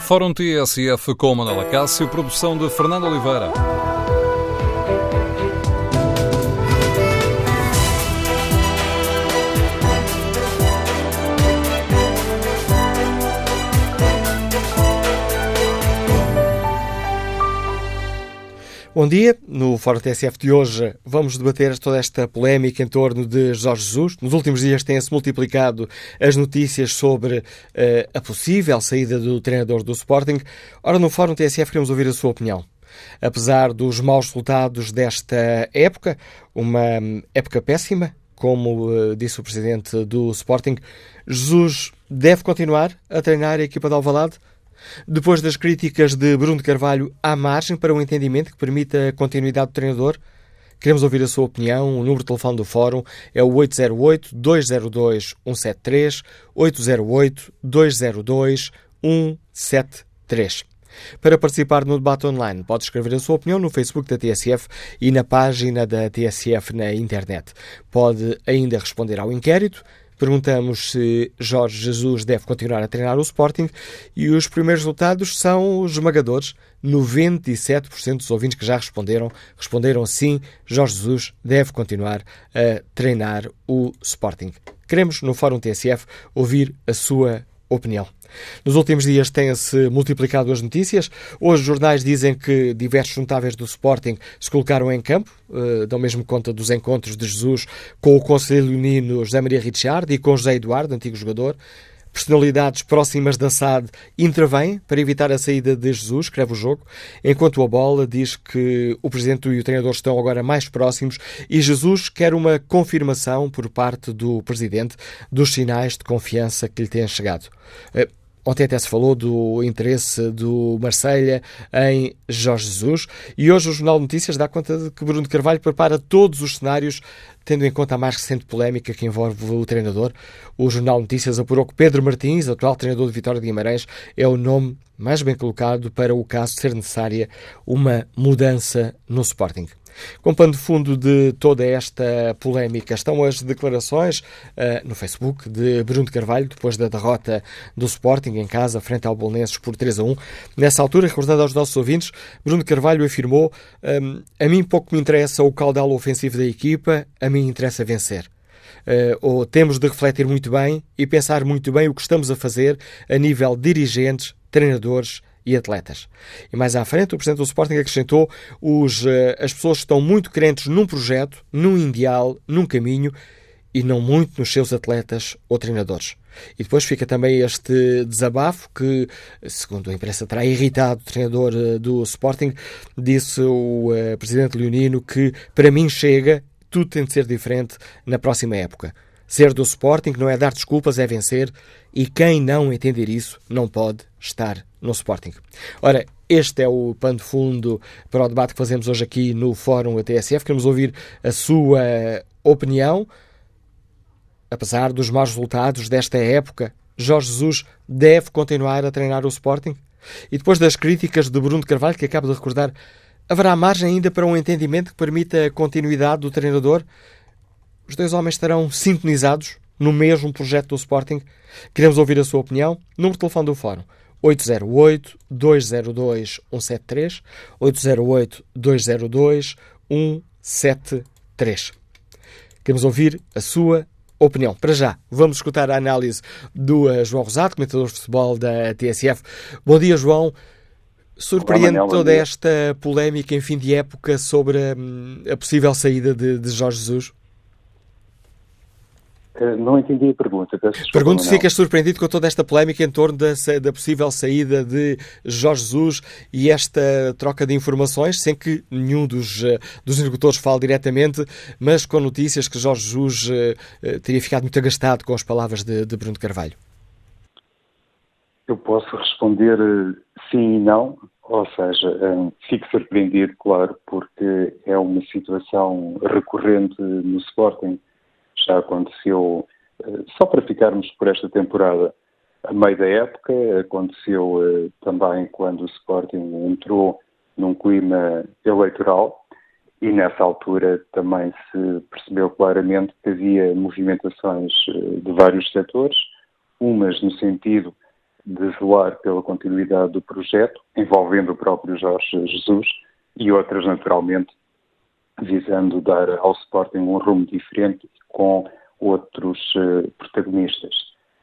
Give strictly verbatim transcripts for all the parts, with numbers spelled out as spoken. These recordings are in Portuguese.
Fórum T S F com Manuela Cássio, produção de Fernando Oliveira. Bom dia. No Fórum T S F de hoje vamos debater toda esta polémica em torno de Jorge Jesus. Nos últimos dias têm-se multiplicado as notícias sobre uh, a possível saída do treinador do Sporting. Ora, no Fórum T S F queremos ouvir a sua opinião. Apesar dos maus resultados desta época, uma época péssima, como uh, disse o presidente do Sporting, Jesus deve continuar a treinar a equipa de Alvalade? Depois das críticas de Bruno de Carvalho, há margem para um entendimento que permita a continuidade do treinador? Queremos ouvir a sua opinião. O número de telefone do Fórum é o oito zero oito, dois zero dois, um sete três, oito zero oito, dois zero dois, um sete três. Para participar no debate online, pode escrever a sua opinião no Facebook da T S F e na página da T S F na internet. Pode ainda responder ao inquérito. Perguntamos se Jorge Jesus deve continuar a treinar o Sporting e os primeiros resultados são esmagadores. noventa e sete por cento dos ouvintes que já responderam, responderam sim, Jorge Jesus deve continuar a treinar o Sporting. Queremos, no Fórum T S F, ouvir a sua opinião. Nos últimos dias têm-se multiplicado as notícias. Hoje os jornais dizem que diversos notáveis do Sporting se colocaram em campo, uh, dão mesmo conta dos encontros de Jesus com o conselheiro leonino José Maria Richard e com José Eduardo, antigo jogador. Personalidades próximas da S A D intervêm para evitar a saída de Jesus, escreve o Jogo, enquanto a Bola diz que o presidente e o treinador estão agora mais próximos e Jesus quer uma confirmação por parte do presidente dos sinais de confiança que lhe têm chegado. Uh, Ontem até se falou do interesse do Marselha em Jorge Jesus e hoje o Jornal de Notícias dá conta de que Bruno de Carvalho prepara todos os cenários, tendo em conta a mais recente polémica que envolve o treinador. O Jornal de Notícias apurou que Pedro Martins, atual treinador de Vitória de Guimarães, é o nome mais bem colocado para o caso de ser necessária uma mudança no Sporting. Como pano de fundo de toda esta polémica estão as declarações uh, no Facebook de Bruno de Carvalho, depois da derrota do Sporting em casa, frente ao Belenenses por três a um. Nessa altura, recordando aos nossos ouvintes, Bruno de Carvalho afirmou: um, a mim pouco me interessa o caudal ofensivo da equipa, a mim interessa vencer. Uh, ou temos de refletir muito bem e pensar muito bem o que estamos a fazer a nível de dirigentes, treinadores e atletas. E mais à frente, o presidente do Sporting acrescentou: os, as pessoas estão muito crentes num projeto, num ideal, num caminho e não muito nos seus atletas ou treinadores. E depois fica também este desabafo que, segundo a imprensa, terá irritado o treinador do Sporting. Disse o uh, presidente leonino que, para mim, chega, tudo tem de ser diferente na próxima época. Ser do Sporting não é dar desculpas, é vencer, e quem não entender isso não pode estar no Sporting. Ora, este é o pano de fundo para o debate que fazemos hoje aqui no Fórum T S F. Queremos ouvir a sua opinião. Apesar dos maus resultados desta época, Jorge Jesus deve continuar a treinar o Sporting? E depois das críticas de Bruno de Carvalho, que acaba de recordar, haverá margem ainda para um entendimento que permita a continuidade do treinador? Os dois homens estarão sintonizados no mesmo projeto do Sporting? Queremos ouvir a sua opinião. Número de telefone do Fórum: oito zero oito, dois zero dois, um sete três, oito zero oito, dois zero dois, um sete três. Queremos ouvir a sua opinião. Para já, vamos escutar a análise do uh, João Rosado, comentador de futebol da T S F. Bom dia, João. Surpreende Olá, Manuel, toda esta polémica em fim de época sobre hum, a possível saída de, de Jorge Jesus? Não entendi a pergunta. Pergunto se ficas surpreendido com toda esta polémica em torno da, da possível saída de Jorge Jesus e esta troca de informações, sem que nenhum dos, dos interlocutores fale diretamente, mas com notícias que Jorge Jesus uh, teria ficado muito agastado com as palavras de, de Bruno de Carvalho. Eu posso responder sim e não, ou seja, fico surpreendido, claro, porque é uma situação recorrente no Sporting. Já aconteceu, só para ficarmos por esta temporada, a meio da época, aconteceu também quando o Sporting entrou num clima eleitoral e nessa altura também se percebeu claramente que havia movimentações de vários setores, umas no sentido de zelar pela continuidade do projeto, envolvendo o próprio Jorge Jesus, e outras, naturalmente, visando dar ao Sporting um rumo diferente com outros uh, protagonistas.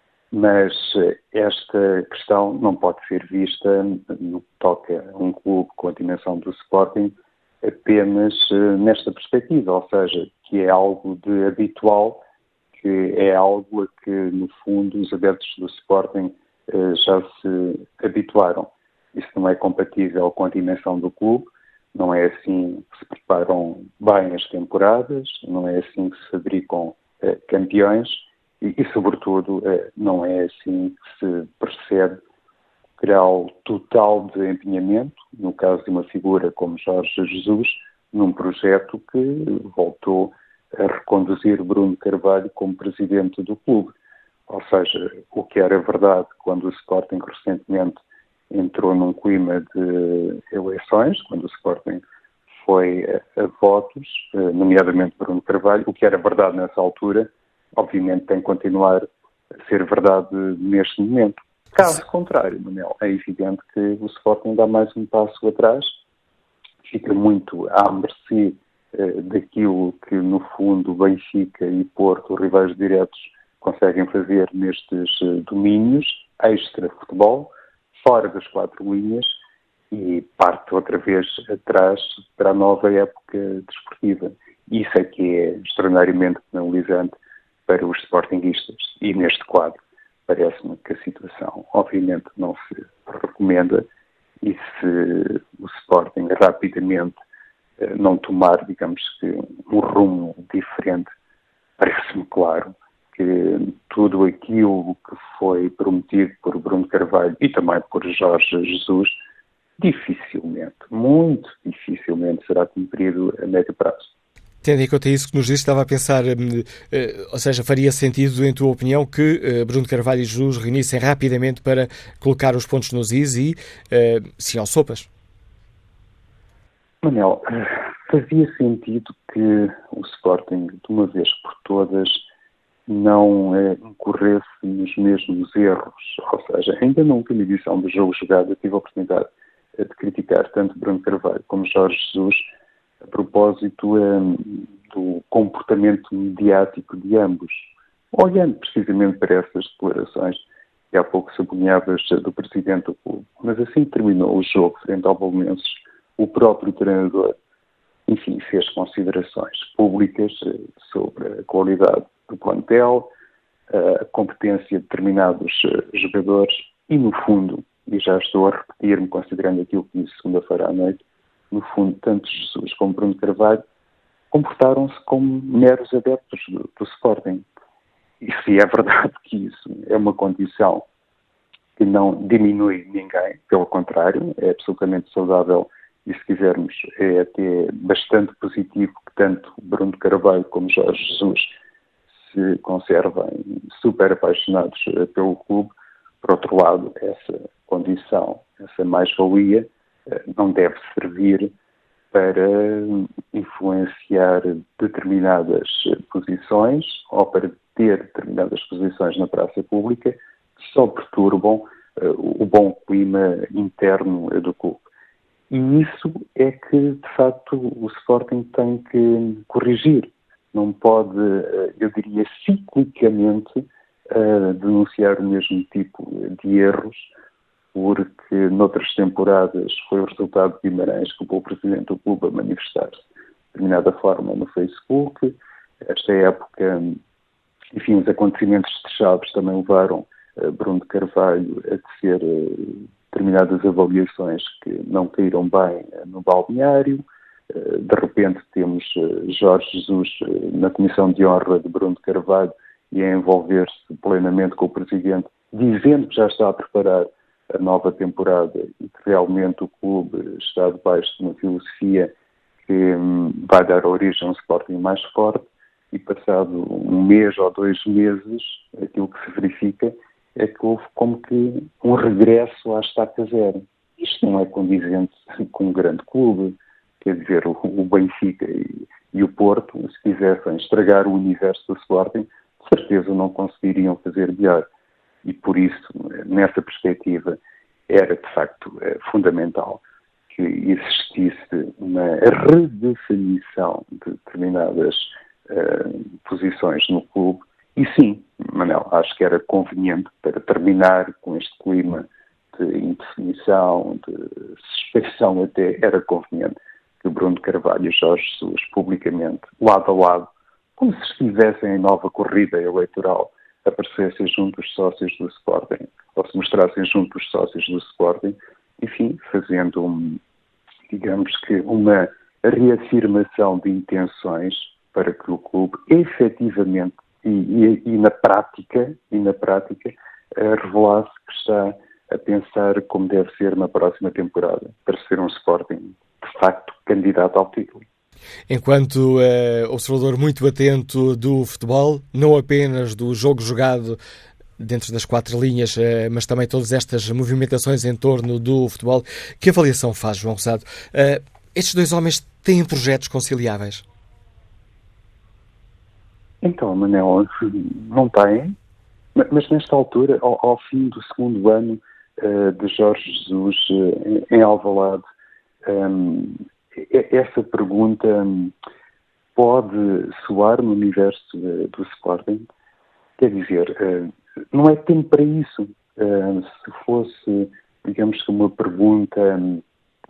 Mas uh, esta questão não pode ser vista no que toca a um clube com a dimensão do Sporting apenas uh, nesta perspectiva, ou seja, que é algo de habitual, que é algo a que, no fundo, os adeptos do Sporting uh, já se habituaram. Isso não é compatível com a dimensão do clube, não é assim que se preparam bem as temporadas, não é assim que se fabricam uh, campeões e, e, sobretudo, uh, não é assim que se percebe o grau total de empenhamento, no caso de uma figura como Jorge Jesus, num projeto que voltou a reconduzir Bruno Carvalho como presidente do clube. Ou seja, o que era verdade quando o Sporting recentemente entrou num clima de eleições, quando o Sporting foi a, a votos, nomeadamente Bruno Carvalho, o que era verdade nessa altura, obviamente tem que continuar a ser verdade neste momento. Caso contrário, Manuel, é evidente que o Sporting dá mais um passo atrás, fica muito à mercê eh, daquilo que, no fundo, Benfica e Porto, rivais diretos, conseguem fazer nestes eh, domínios, extra-futebol, fora das quatro linhas, e parte outra vez atrás para a nova época desportiva. Isso é que é extraordinariamente penalizante para os sportinguistas. E neste quadro, parece-me que a situação, obviamente, não se recomenda, e se o Sporting rapidamente eh, não tomar, digamos que, um rumo diferente, parece-me claro que tudo aquilo que foi prometido por Bruno Carvalho e também por Jorge Jesus, dificilmente, muito dificilmente será cumprido a médio prazo. Tendo em conta isso que nos disse, estava a pensar, uh, ou seja, faria sentido, em tua opinião, que uh, Bruno Carvalho e Jesus reunissem rapidamente para colocar os pontos nos is e, uh, sim, ao sopas? Manel, fazia sentido que o Sporting, de uma vez por todas, não uh, incorresse nos mesmos erros. Ou seja, ainda na última edição do Jogo Jogado, eu tive a oportunidade de criticar tanto Bruno Carvalho como Jorge Jesus a propósito um, do comportamento mediático de ambos. Olhando precisamente para essas declarações que há pouco sublinhavas do presidente do clube. Mas assim que terminou o jogo frente ao Bolonenses, o próprio treinador, enfim, fez considerações públicas sobre a qualidade do plantel, a competência de determinados jogadores e, no fundo, e já estou a repetir-me considerando aquilo que disse segunda-feira à noite, no fundo, tanto Jesus como Bruno Carvalho comportaram-se como meros adeptos do, do Sporting. E se é verdade que isso é uma condição que não diminui ninguém, pelo contrário, é absolutamente saudável e, se quisermos, é até bastante positivo que tanto Bruno Carvalho como Jorge Jesus se conservem super apaixonados pelo clube. Por outro lado, essa condição, essa mais-valia, não deve servir para influenciar determinadas posições ou para ter determinadas posições na praça pública que só perturbam uh, o bom clima interno do clube. E isso é que, de facto, o Sporting tem que corrigir. Não pode, uh, eu diria, ciclicamente uh, denunciar o mesmo tipo de erros, porque noutras temporadas foi o resultado de Guimarães que levou o presidente do clube a manifestar-se de determinada forma no Facebook. Esta época, enfim, os acontecimentos de Chaves também levaram uh, Bruno Carvalho a tecer uh, determinadas avaliações que não caíram bem uh, no balneário. Uh, de repente temos uh, Jorge Jesus uh, na comissão de honra de Bruno Carvalho e a envolver-se plenamente com o presidente, dizendo que já está a preparar a nova temporada e que realmente o clube está debaixo de uma filosofia que hum, vai dar origem a um Sporting mais forte, e passado um mês ou dois meses, aquilo que se verifica é que houve como que um regresso à estaca zero. Isto não é condizente com um grande clube, quer dizer, o, o Benfica e, e o Porto, se quisessem estragar o universo do Sporting, de certeza não conseguiriam fazer melhor. e por isso, nessa perspectiva, era de facto fundamental que existisse uma redefinição de determinadas uh, posições no clube. E sim, Manel, acho que era conveniente, para terminar com este clima de indefinição, de suspeição até, era conveniente que o Bruno Carvalho e Jorge Jesus, publicamente, lado a lado, como se estivessem em nova corrida eleitoral, aparecessem junto dos sócios do Sporting, ou se mostrassem junto dos sócios do Sporting, enfim, fazendo, um, digamos que, uma reafirmação de intenções para que o clube efetivamente e, e, e na prática, e na prática uh, revelasse que está a pensar como deve ser na próxima temporada, para ser um Sporting, de facto, candidato ao título. Enquanto uh, observador muito atento do futebol, não apenas do jogo jogado dentro das quatro linhas, uh, mas também todas estas movimentações em torno do futebol, que avaliação faz, João Rosado? Uh, estes dois homens têm projetos conciliáveis? Então, Manel, não têm, mas nesta altura, ao, ao fim do segundo ano uh, de Jorge Jesus uh, em Alvalade, um, essa pergunta pode soar no universo uh, do Sporting? Quer dizer, uh, não é tempo para isso. Uh, se fosse, digamos que uma pergunta um,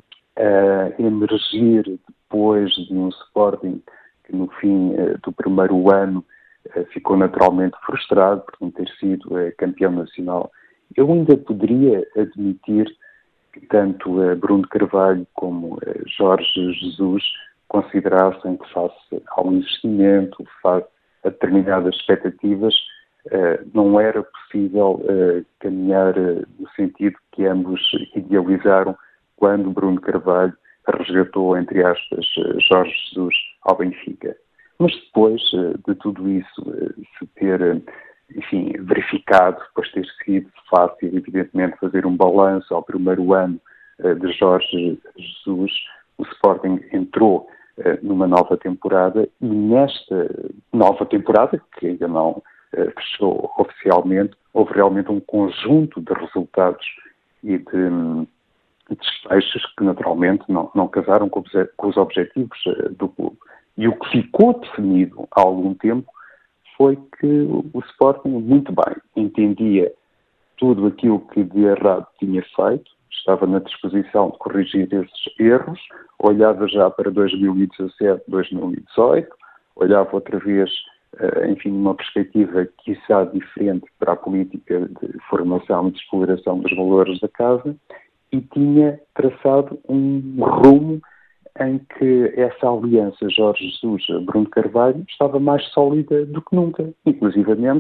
uh, emergir depois de um Sporting que no fim uh, do primeiro ano uh, ficou naturalmente frustrado por não ter sido uh, campeão nacional, eu ainda poderia admitir que tanto uh, Bruno Carvalho como uh, Jorge Jesus considerassem que face ao investimento, face a determinadas expectativas, uh, não era possível uh, caminhar uh, no sentido que ambos idealizaram quando Bruno Carvalho resgatou, entre aspas, Jorge Jesus ao Benfica. Mas depois de tudo isso se ter, enfim, verificado, depois ter sido fácil, evidentemente, fazer um balanço ao primeiro ano de Jorge Jesus, o Sporting entrou numa nova temporada e nesta nova temporada, que ainda não fechou oficialmente, houve realmente um conjunto de resultados e de desfechos que naturalmente não, não casaram com os objetivos do clube. E o que ficou definido há algum tempo foi que o Sporting, muito bem, entendia tudo aquilo que de errado tinha feito, estava na disposição de corrigir esses erros, olhava já para dois mil e dezassete, dois mil e dezoito, olhava outra vez, enfim, numa perspectiva quiçá diferente para a política de formação e de exploração dos valores da casa, e tinha traçado um rumo em que essa aliança Jorge Jesus-Bruno Carvalho estava mais sólida do que nunca. Inclusivamente,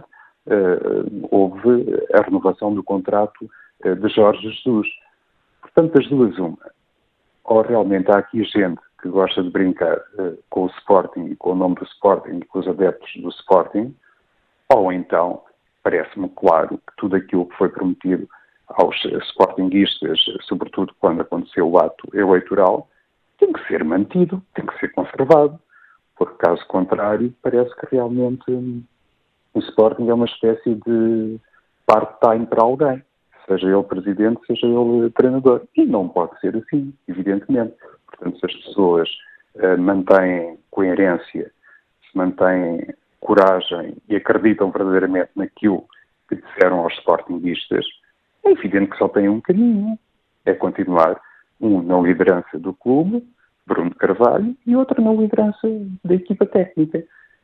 uh, houve a renovação do contrato uh, de Jorge Jesus. Portanto, das duas, uma. Ou realmente há aqui gente que gosta de brincar uh, com o Sporting, com o nome do Sporting e com os adeptos do Sporting, ou então, parece-me claro que tudo aquilo que foi prometido aos sportinguistas, sobretudo quando aconteceu o ato eleitoral, tem que ser mantido, tem que ser conservado, porque caso contrário, parece que realmente hum, o Sporting é uma espécie de part-time para alguém, seja ele presidente, seja ele treinador. E não pode ser assim, evidentemente. Portanto, se as pessoas uh, mantêm coerência, se mantêm coragem e acreditam verdadeiramente naquilo que disseram aos sportinguistas, é evidente que só tem um caminho, é continuar, um na liderança do clube, Bruno Carvalho, e outro na liderança da equipa técnica.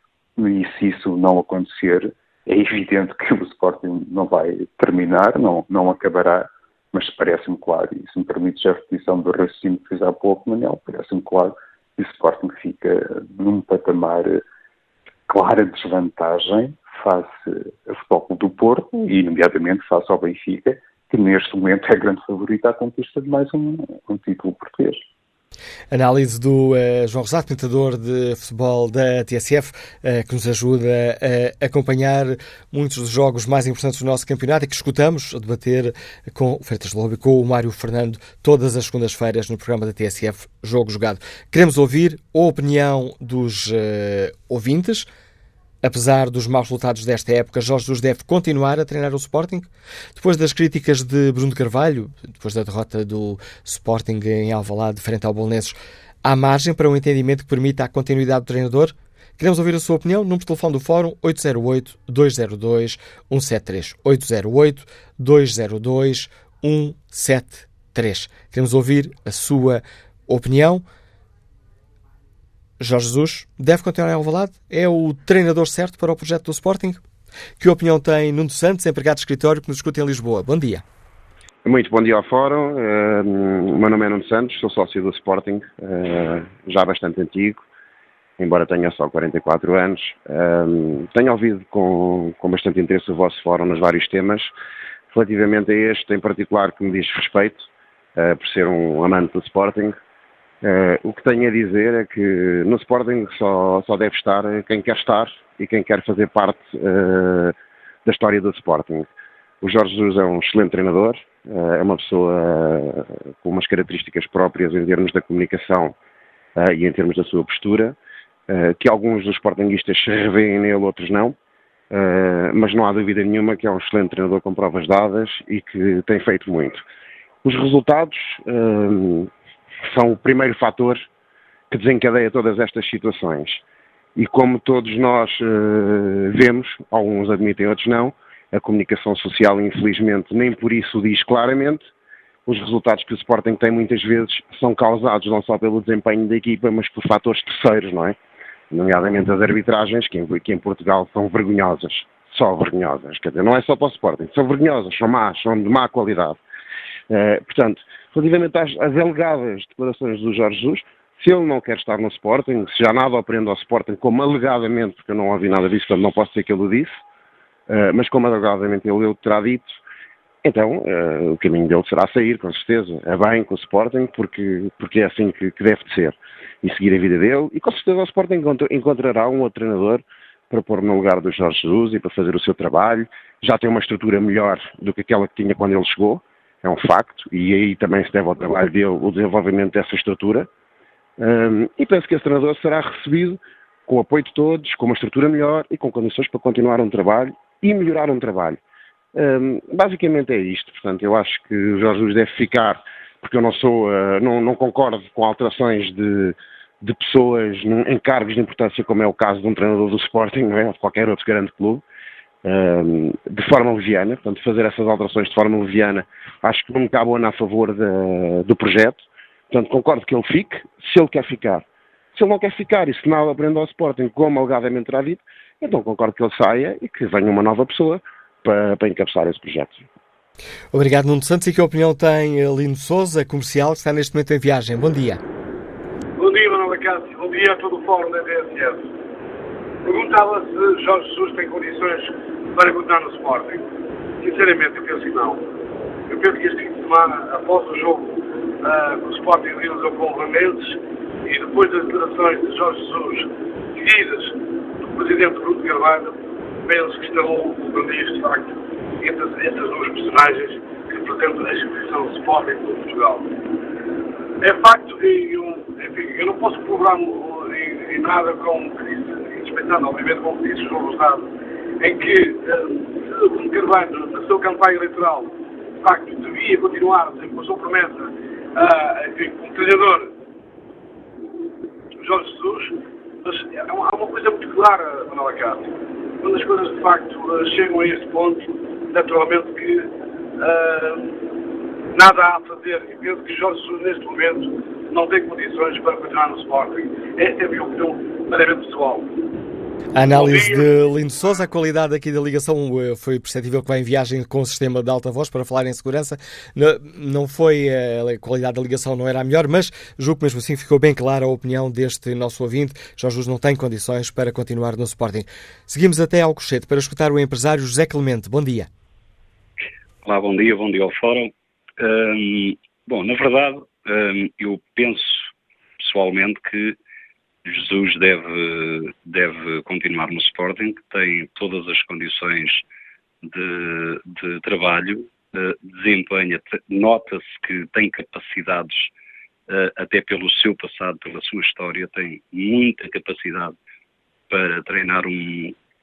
E se isso não acontecer, é evidente que o Sporting não vai terminar, não, não acabará, mas parece-me claro, e se me permite a repetição do raciocínio que fiz há pouco, Manel, parece-me claro que o Sporting fica num patamar de clara desvantagem face ao Futebol Clube do Porto e, imediatamente, face ao Benfica, que neste momento é grande favorita à conquista de mais um, um título português. Análise do uh, João Rosado, comentador de futebol da T S F, uh, que nos ajuda a acompanhar muitos dos jogos mais importantes do nosso campeonato e que escutamos a debater com o Freitas Lobo e com o Mário Fernando todas as segundas-feiras no programa da T S F Jogo Jogado. Queremos ouvir a opinião dos uh, ouvintes. Apesar dos maus resultados desta época, Jorge Jesus deve continuar a treinar o Sporting? Depois das críticas de Bruno de Carvalho, depois da derrota do Sporting em Alvalade frente ao Belenenses, há margem para um entendimento que permita a continuidade do treinador? Queremos ouvir a sua opinião. Número de telefone do Fórum oito zero oito, dois zero dois, um sete três. oito zero oito, dois zero dois, um sete três. Queremos ouvir a sua opinião. Jorge Jesus deve continuar em Alvalade? É o treinador certo para o projeto do Sporting? Que opinião tem Nuno Santos, empregado de escritório, que nos escuta em Lisboa? Bom dia. Muito bom dia ao Fórum. Uh, o meu nome é Nuno Santos, sou sócio do Sporting, uh, já bastante antigo, embora tenha só quarenta e quatro anos. Uh, tenho ouvido com, com bastante interesse o vosso Fórum nos vários temas. Relativamente a este em particular que me diz respeito, uh, por ser um amante do Sporting, Uh, o que tenho a dizer é que no Sporting só, só deve estar quem quer estar e quem quer fazer parte uh, da história do Sporting. O Jorge Jesus é um excelente treinador, uh, é uma pessoa uh, com umas características próprias em termos da comunicação uh, e em termos da sua postura, uh, que alguns dos sportinguistas se revêem nele, outros não, uh, mas não há dúvida nenhuma que é um excelente treinador com provas dadas e que tem feito muito. Os resultados Uh, são o primeiro fator que desencadeia todas estas situações. E como todos nós uh, vemos, alguns admitem, outros não, a comunicação social, infelizmente, nem por isso diz claramente. Os resultados que o Sporting tem muitas vezes são causados não só pelo desempenho da equipa, mas por fatores terceiros, não é? Nomeadamente as arbitragens, que em, que em Portugal são vergonhosas. Só vergonhosas. Quer dizer, não é só para o Sporting. São vergonhosas, são más, são de má qualidade. Uh, portanto, relativamente às, às alegadas declarações do Jorge Jesus, se ele não quer estar no Sporting, se já nada o prende ao Sporting, como alegadamente, porque eu não ouvi nada disso, portanto não posso dizer que ele o disse, uh, mas como alegadamente ele o terá dito, então uh, o caminho dele será sair, com certeza, é bem com o Sporting, porque, porque é assim que, que deve de ser, e seguir a vida dele, e com certeza o Sporting encontra, encontrará um outro treinador para pôr no lugar do Jorge Jesus e para fazer o seu trabalho. Já tem uma estrutura melhor do que aquela que tinha quando ele chegou, é um facto, e aí também se deve ao trabalho dele o desenvolvimento dessa estrutura. Um, e penso que esse treinador será recebido com o apoio de todos, com uma estrutura melhor e com condições para continuar um trabalho e melhorar um trabalho. Um, basicamente é isto. Portanto, eu acho que o Jorge Jesus deve ficar, porque eu não sou, uh, não, não concordo com alterações de, de pessoas num, em cargos de importância, como é o caso de um treinador do Sporting, não é? Ou de qualquer outro grande clube. Um, de forma leviana, portanto fazer essas alterações de forma leviana acho que não me cabe a favor de, do projeto, portanto concordo que ele fique, se ele quer ficar. Se ele não quer ficar e se nada aprende ao Sporting, como alegadamente terá dito, então concordo que ele saia e que venha uma nova pessoa para, para encabeçar esse projeto. Obrigado, Nuno Santos. E que opinião tem Lino Sousa, comercial, que está neste momento em viagem? Bom dia. Bom dia, Manuel Cássio. Bom dia a todo o Fórum da D S S. Perguntava se Jorge Jesus tem condições para continuar no Sporting. Sinceramente, eu penso que não. Eu penso que este fim de semana, após o jogo uh, que o Sporting realizou com o Belenenses e depois das declarações de Jorge Jesus seguidas do Presidente Bruno de Carvalho, penso que instalou o Bandis, de facto, entre estas duas personagens que representam a instituição do Sporting de Portugal. É facto, e eu, enfim, eu não posso provar em, em nada com o que disse, respeitando, obviamente, com o que disse o João Rosado, em que uh, Bruno Carvalho, na sua campanha eleitoral, de facto, devia continuar com a sua promessa, uh, enfim, como treinador, Jorge Jesus, mas há uma, há uma coisa muito clara, Manuel Cássio. Quando as coisas, de facto, uh, chegam a este ponto, naturalmente que uh, nada há a fazer. E penso que Jorge Jesus, neste momento, não tem condições para continuar no Sporting. Esta é a minha opinião meramente pessoal. A análise de Lino Sousa, a qualidade aqui da ligação foi perceptível que vai em viagem com o sistema de alta voz para falar em segurança. Não foi, a qualidade da ligação não era a melhor, mas julgo que mesmo assim ficou bem clara a opinião deste nosso ouvinte. Jorge Jesus não tem condições para continuar no Sporting. Seguimos até ao Cochete para escutar o empresário José Clemente. Bom dia. Olá, bom dia, bom dia ao Fórum. Hum, bom, na verdade, hum, eu penso pessoalmente que Jesus deve, deve continuar no Sporting, tem todas as condições de, de trabalho, uh, desempenha, nota-se que tem capacidades, uh, até pelo seu passado, pela sua história, tem muita capacidade para treinar um,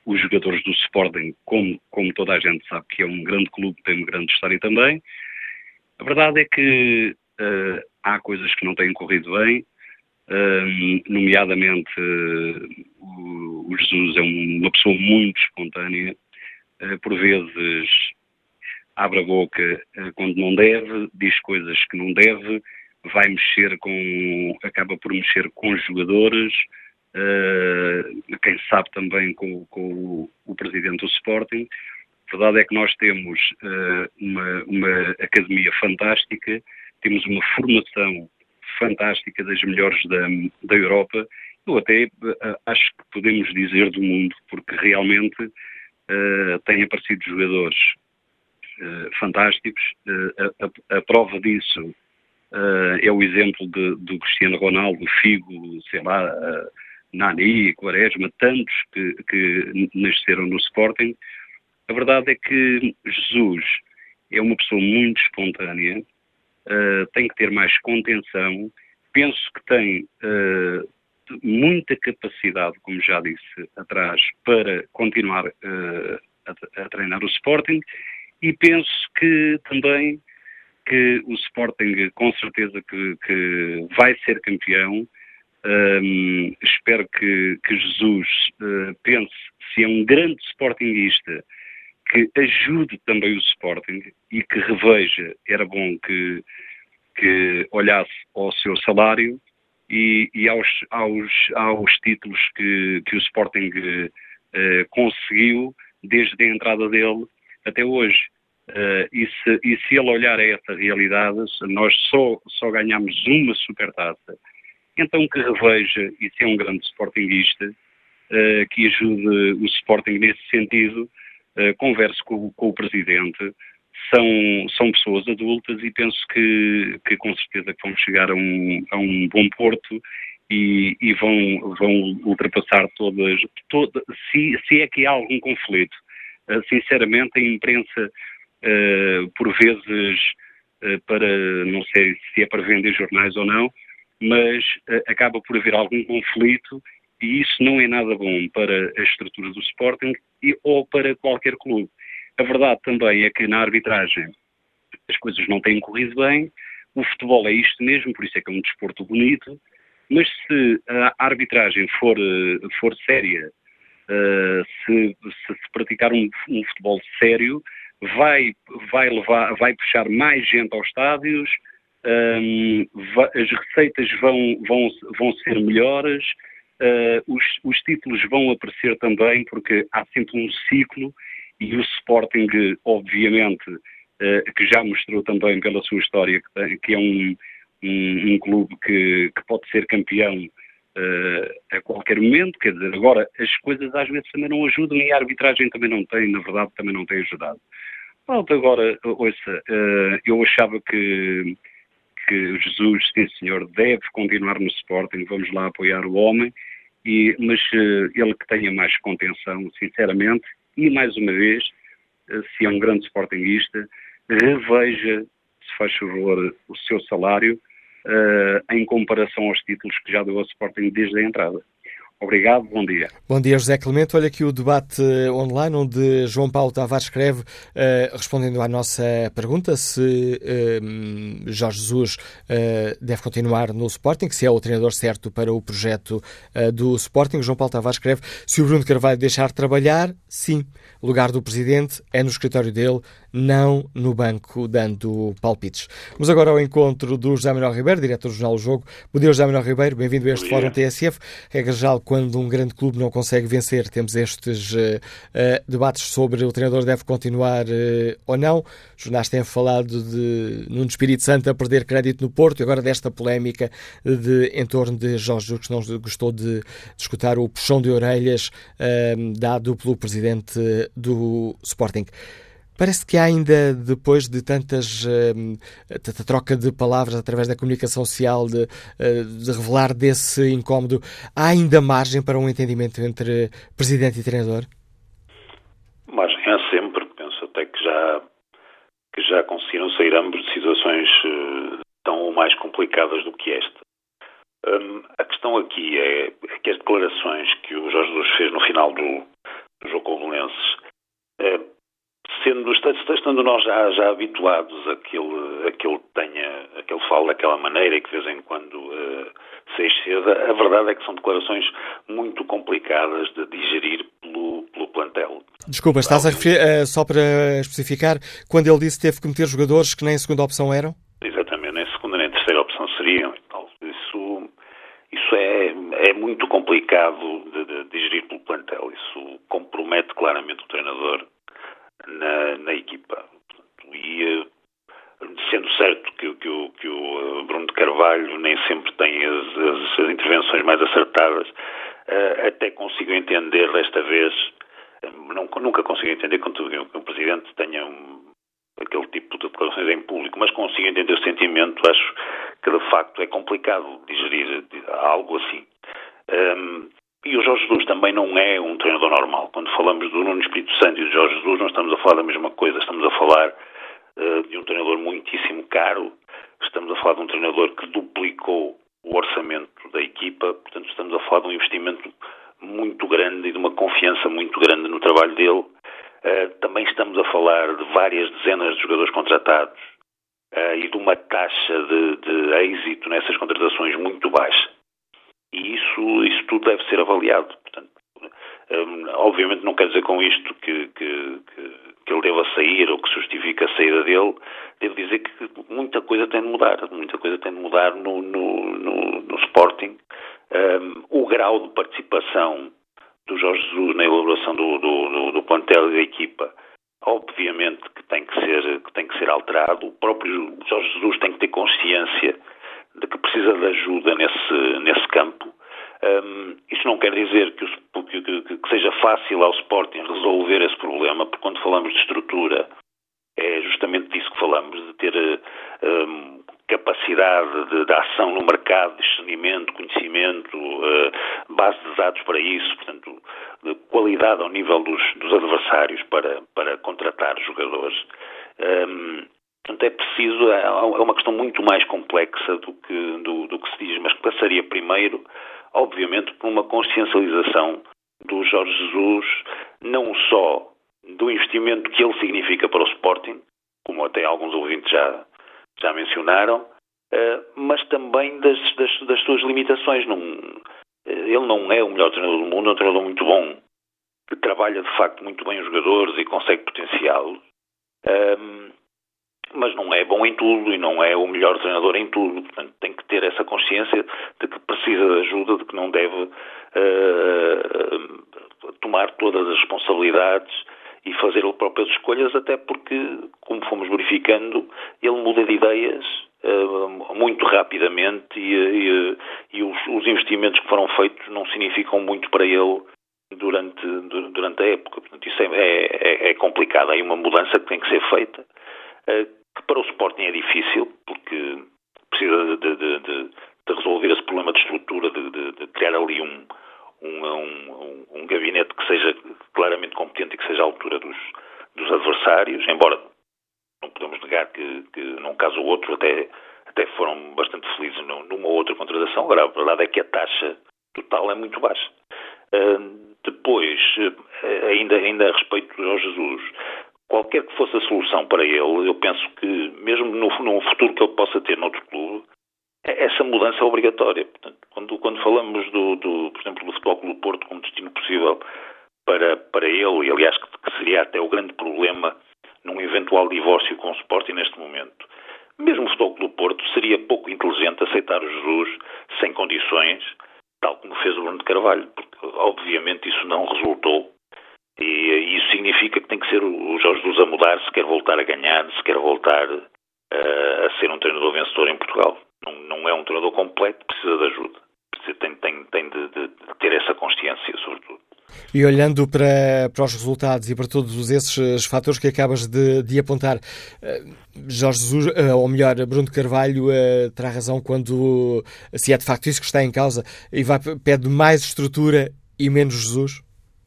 os jogadores do Sporting, como, como toda a gente sabe que é um grande clube, tem uma grande história também. A verdade é que uh, há coisas que não têm corrido bem, uh, nomeadamente uh, o, o Jesus é uma pessoa muito espontânea, uh, por vezes abre a boca uh, quando não deve, diz coisas que não deve, vai mexer com, acaba por mexer com jogadores, uh, quem sabe também com, com o, o presidente do Sporting. A verdade é que nós temos uh, uma, uma academia fantástica, temos uma formação fantástica das melhores da, da Europa, eu até uh, acho que podemos dizer do mundo, porque realmente uh, têm aparecido jogadores uh, fantásticos. Uh, a, a, a prova disso uh, é o exemplo de, do Cristiano Ronaldo, Figo, sei lá, uh, Nani, Quaresma, tantos que, que nasceram no Sporting. A verdade é que Jesus é uma pessoa muito espontânea, uh, tem que ter mais contenção, penso que tem uh, muita capacidade, como já disse atrás, para continuar uh, a, a treinar o Sporting, e penso que também que o Sporting com certeza que, que vai ser campeão. Um, espero que, que Jesus uh, pense, se é um grande sportinguista, que ajude também o Sporting e que reveja, era bom que, que olhasse ao seu salário e, e aos, aos, aos títulos que, que o Sporting uh, conseguiu desde a entrada dele até hoje. Uh, e, se, e se ele olhar a essa realidade, nós só, só ganhamos uma supertaça, então que reveja, e se é um grande sportinguista, uh, que ajude o Sporting nesse sentido. Uh, converse com, com o Presidente, são, são pessoas adultas e penso que, que com certeza que vão chegar a um, a um bom porto e, e vão, vão ultrapassar todas, toda, se, se é que há algum conflito. Uh, sinceramente, a imprensa, uh, por vezes, uh, para, não sei se é para vender jornais ou não, mas uh, acaba por haver algum conflito. E isso não é nada bom para a estrutura do Sporting e, ou para qualquer clube. A verdade também é que na arbitragem as coisas não têm corrido bem, o futebol é isto mesmo, por isso é que é um desporto bonito, mas se a arbitragem for, for séria, uh, se, se, se praticar um, um futebol sério, vai, vai, levar, vai puxar mais gente aos estádios, um, vai, as receitas vão, vão, vão ser melhores. Uh, os, os títulos vão aparecer também, porque há sempre um ciclo e o Sporting, obviamente, uh, que já mostrou também pela sua história que, tem, que é um, um, um clube que, que pode ser campeão uh, a qualquer momento. Quer dizer, agora as coisas às vezes também não ajudam e a arbitragem também não tem, na verdade, também não tem ajudado. Pronto, agora, ouça, uh, eu achava que que Jesus, sim senhor, deve continuar no Sporting, vamos lá apoiar o homem, e, mas uh, ele que tenha mais contenção, sinceramente, e mais uma vez, uh, se é um grande sportinguista, reveja, se faz favor, o seu salário uh, em comparação aos títulos que já deu ao Sporting desde a entrada. Obrigado, bom dia. Bom dia, José Clemente. Olha aqui o debate online, onde João Paulo Tavares escreve, uh, respondendo à nossa pergunta, se uh, Jorge Jesus uh, deve continuar no Sporting, se é o treinador certo para o projeto uh, do Sporting. João Paulo Tavares escreve, se o Bruno Carvalho deixar de trabalhar, sim, o lugar do Presidente é no escritório dele, não no banco dando palpites. Vamos agora ao encontro do José Manuel Ribeiro, diretor do jornal O Jogo. Bom dia, José Manuel Ribeiro, bem-vindo a este Fórum T S F. Regra geral, quando um grande clube não consegue vencer, temos estes uh, uh, debates sobre o treinador deve continuar uh, ou não. Os jornais têm falado de Nuno Espírito Santo a perder crédito no Porto e agora desta polémica de, em torno de Jorge Jesus, que não gostou de, de escutar o puxão de orelhas uh, dado pelo presidente do Sporting. Parece que há ainda, depois de tantas, uh, tanta troca de palavras através da comunicação social, de, uh, de revelar desse incómodo, há ainda margem para um entendimento entre presidente e treinador? Margem há sempre. Penso até que já, que já conseguiram sair ambos de situações uh, tão ou mais complicadas do que esta. Um, a questão aqui é, é que as declarações que o Jorge Jesus fez no final do, do jogo estando nós já, já habituados a que, ele, a que ele tenha, a que ele fale daquela maneira e que de vez em quando uh, se exceda, a verdade é que são declarações muito complicadas de digerir pelo, pelo plantel. Desculpa, estás a referir, uh, só para especificar, quando ele disse que teve que meter jogadores que nem segunda opção eram? Exatamente, nem segunda nem terceira opção seriam e tal. Isso, isso é, é muito complicado de, de digerir pelo plantel. Isso compromete claramente o treinador na, na equipa. E sendo certo que, que, o, que o Bruno de Carvalho nem sempre tem as, as, as intervenções mais acertadas, até consigo entender desta vez, não, nunca consigo entender que o Presidente tenha um, aquele tipo de declarações em público, mas consigo entender o sentimento. Acho que de facto é complicado digerir algo assim. Um, e o Jorge Jesus também não é um treinador normal. Quando falamos do Nuno Espírito Santo e do Jorge Jesus, não estamos a falar da mesma coisa. Estamos a falar uh, de um treinador muitíssimo caro. Estamos a falar de um treinador que duplicou o orçamento da equipa. Portanto, estamos a falar de um investimento muito grande e de uma confiança muito grande no trabalho dele. Uh, também estamos a falar de várias dezenas de jogadores contratados uh, e de uma taxa de, de êxito nessas contratações muito baixa. E isso, isso tudo deve ser avaliado. Portanto, um, obviamente não quer dizer com isto que, que, que, que ele deva sair ou que justifique a saída dele. Devo dizer que muita coisa tem de mudar. Muita coisa tem de mudar no, no, no, no Sporting. Um, o grau de participação do Jorge Jesus na elaboração do, do, do, do plantel e da equipa, obviamente que tem que ser, que tem que ser alterado. O próprio Jorge Jesus tem que ter consciência de que precisa de ajuda nesse, nesse campo. Um, isso não quer dizer que, o, que, que, que seja fácil ao Sporting resolver esse problema, porque quando falamos de estrutura, é justamente disso que falamos, de ter um, capacidade de, de ação no mercado, discernimento, conhecimento, uh, base de dados para isso, portanto, de qualidade ao nível dos, dos adversários para, para contratar jogadores. Um, portanto, é preciso, é uma questão muito mais complexa do que, do, do que se diz, mas que passaria primeiro, obviamente, por uma consciencialização do Jorge Jesus, não só do investimento que ele significa para o Sporting, como até alguns ouvintes já, já mencionaram, uh, mas também das, das, das suas limitações. Não, uh, ele não é o melhor treinador do mundo, é um treinador muito bom, que trabalha de facto muito bem os jogadores e consegue potenciá-los, uh, mas não é bom em tudo e não é o melhor treinador em tudo. Portanto, tem que ter essa consciência de que precisa de ajuda, de que não deve uh, tomar todas as responsabilidades e fazer ele próprias escolhas, até porque, como fomos verificando, ele muda de ideias uh, muito rapidamente e, e, e os, os investimentos que foram feitos não significam muito para ele durante, durante a época. Portanto, isso é, é, é complicado. Há aí uma mudança que tem que ser feita, uh, que para o Sporting é difícil, porque precisa de, de, de, de resolver esse problema de estrutura, de, de, de criar ali um Um, um, um gabinete que seja claramente competente e que seja à altura dos, dos adversários, embora não podemos negar que, que num caso ou outro até, até foram bastante felizes numa outra contratação. Agora, a verdade é que a taxa total é muito baixa. Uh, depois, ainda, ainda a respeito do Jesus, qualquer que fosse a solução para ele, eu penso que mesmo no, no futuro que ele possa ter noutro clube, essa mudança é obrigatória. Portanto, quando, quando falamos, do, do, por exemplo, do Futebol Clube do Porto como destino possível para, para ele, e aliás que, que seria até o grande problema num eventual divórcio com o Sporting neste momento, mesmo o Futebol Clube do Porto seria pouco inteligente aceitar o Jesus sem condições, tal como fez o Bruno de Carvalho, porque obviamente isso não resultou, e, e isso significa que tem que ser o Jorge Jesus a mudar se quer voltar a ganhar, se quer voltar uh, a ser um treinador vencedor em Portugal. Não, não é um treinador completo, precisa de ajuda. Precisa, tem tem, tem de, de, de ter essa consciência, sobretudo. E olhando para, para os resultados e para todos esses fatores que acabas de, de apontar, Jorge Jesus, ou melhor, Bruno de Carvalho, terá razão quando, se é de facto isso que está em causa, e vai, pede mais estrutura e menos Jesus?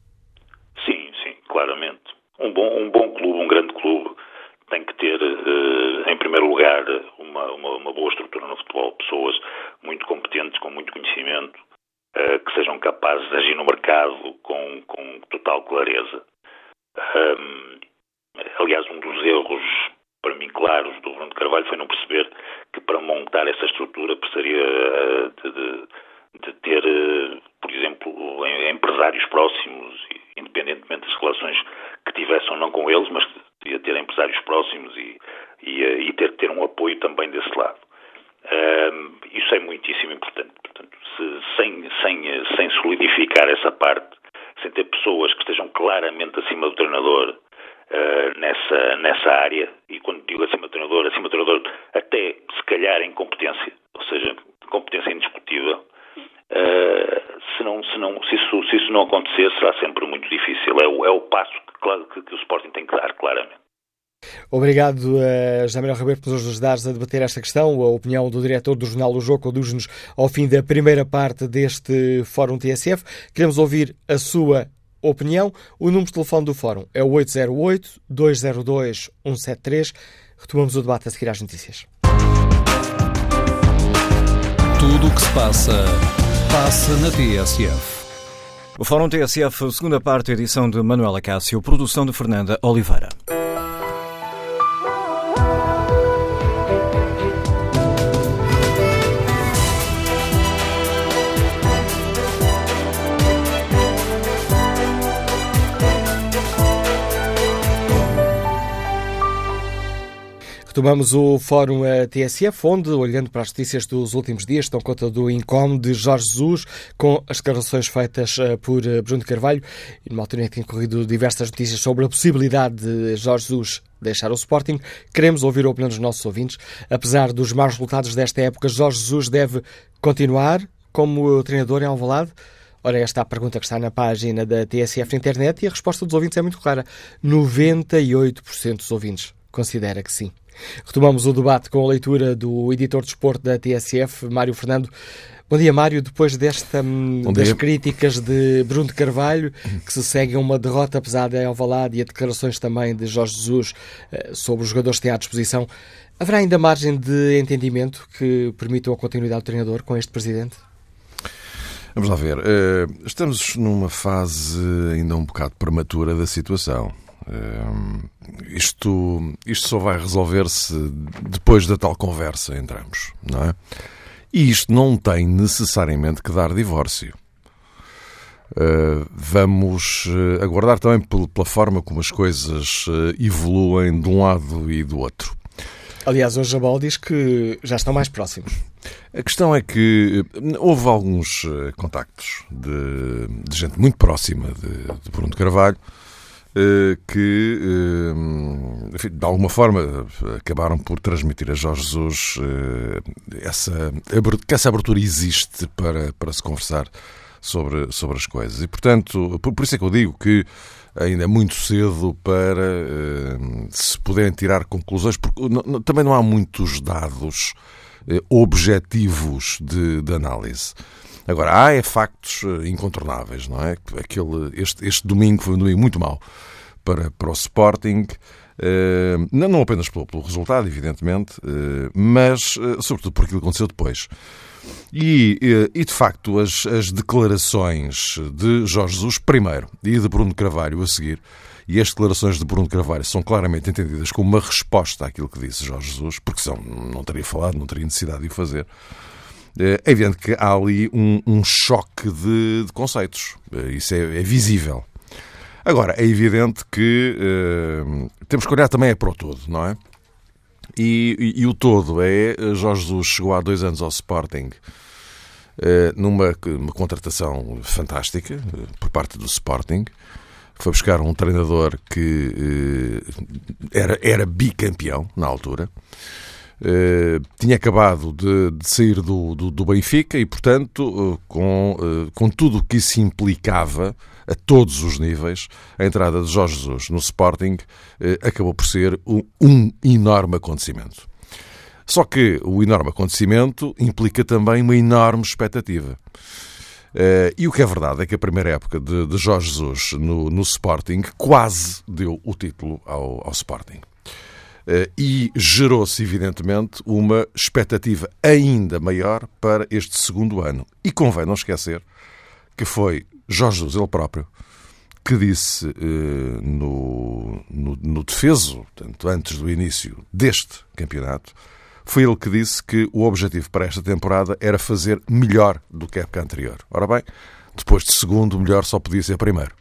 Sim, sim, claramente. Um bom, um bom clube, um grande clube, tem que ter, em primeiro lugar, uma, uma, uma boa estrutura no futebol, pessoas muito competentes, com muito conhecimento, uh, que sejam capazes de agir no mercado com, com total clareza. Um, Aliás, um dos erros, para mim, claros do Bruno de Carvalho foi não perceber que para montar essa estrutura precisaria de, de, de ter, por exemplo, empresários próximos, independentemente das relações que tivessem ou não com eles, mas devia ter empresários próximos e, e, e ter, ter um apoio também desse lado. Um, isso é muitíssimo importante. Portanto, se, sem, sem, sem solidificar essa parte, sem ter pessoas que estejam claramente acima do treinador uh, nessa, nessa área, e quando digo acima do treinador, acima do treinador até se calhar em competência, ou seja, competência indiscutível, uh, se, não, se, não, se, isso, se isso não acontecer, será sempre muito difícil. É o, é o passo que, que, que o Sporting tem que dar, claramente. Obrigado a José Manuel Ribeiro por nos ajudares a debater esta questão. A opinião do diretor do jornal O Jogo conduz-nos ao fim da primeira parte deste Fórum T S F. Queremos ouvir a sua opinião. O número de telefone do Fórum é o oito zero oito, dois zero dois, um sete três. Retomamos o debate a seguir às notícias. Tudo o que se passa, passa na T S F. O Fórum T S F, segunda parte, edição de Manuela Cássio, produção de Fernanda Oliveira. Retomamos o Fórum T S F, onde, olhando para as notícias dos últimos dias, dão conta do incómodo de Jorge Jesus com as declarações feitas por Bruno de Carvalho. E numa altura em que tem corrido diversas notícias sobre a possibilidade de Jorge Jesus deixar o Sporting, queremos ouvir a opinião dos nossos ouvintes. Apesar dos maus resultados desta época, Jorge Jesus deve continuar como treinador em Alvalade? Ora, esta é a pergunta que está na página da T S F na internet e a resposta dos ouvintes é muito clara. noventa e oito por cento dos ouvintes considera que sim. Retomamos o debate com a leitura do editor de desporto da T S F, Mário Fernando. Bom dia, Mário. Depois desta, das críticas de Bruno de Carvalho, que se seguem a uma derrota pesada em Alvalade e a declarações também de Jorge Jesus sobre os jogadores que têm à disposição, haverá ainda margem de entendimento que permitam a continuidade do treinador com este presidente? Vamos lá ver. Estamos numa fase ainda um bocado prematura da situação. Uh, isto, isto só vai resolver-se depois da tal conversa entre ambos, não é? E isto não tem necessariamente que dar divórcio. Uh, vamos aguardar também pela forma como as coisas evoluem de um lado e do outro. Aliás, hoje a bola diz que já estão mais próximos. A questão é que houve alguns contactos de, de gente muito próxima de, de Bruno de Carvalho, que, enfim, de alguma forma, acabaram por transmitir a Jorge Jesus essa, que essa abertura existe para, para se conversar sobre, sobre as coisas. E, portanto, por, por isso é que eu digo que ainda é muito cedo para se poderem tirar conclusões, porque não, também não há muitos dados objetivos de, de análise. Agora, há é factos incontornáveis, não é? Aquele, este, este domingo foi um domingo muito mau para, para o Sporting, uh, não, não apenas pelo, pelo resultado, evidentemente, uh, mas uh, sobretudo por aquilo que aconteceu depois. E, uh, e de facto, as, as declarações de Jorge Jesus, primeiro, e de Bruno de Carvalho a seguir, e as declarações de Bruno de Carvalho são claramente entendidas como uma resposta àquilo que disse Jorge Jesus, porque senão não teria falado, não teria necessidade de o fazer. É evidente que há ali um, um choque de, de conceitos. Isso é, é visível. Agora, é evidente que uh, temos que olhar também é para o todo, não é? E, e, e o todo é... Jorge Jesus chegou há dois anos ao Sporting uh, numa uma contratação fantástica uh, por parte do Sporting. Foi buscar um treinador que uh, era, era bicampeão na altura. Uh, tinha acabado de, de sair do, do, do Benfica e, portanto, uh, com, uh, com tudo o que isso implicava a todos os níveis, a entrada de Jorge Jesus no Sporting uh, acabou por ser um, um enorme acontecimento. Só que o enorme acontecimento implica também uma enorme expectativa. Uh, e o que é verdade é que a primeira época de, de Jorge Jesus no, no Sporting quase deu o título ao, ao Sporting. Uh, e gerou-se, evidentemente, uma expectativa ainda maior para este segundo ano. E convém não esquecer que foi Jorge Jesus, ele próprio, que disse uh, no, no, no defeso, portanto, antes do início deste campeonato, foi ele que disse que o objetivo para esta temporada era fazer melhor do que a época anterior. Ora bem, depois de segundo, o melhor só podia ser primeiro.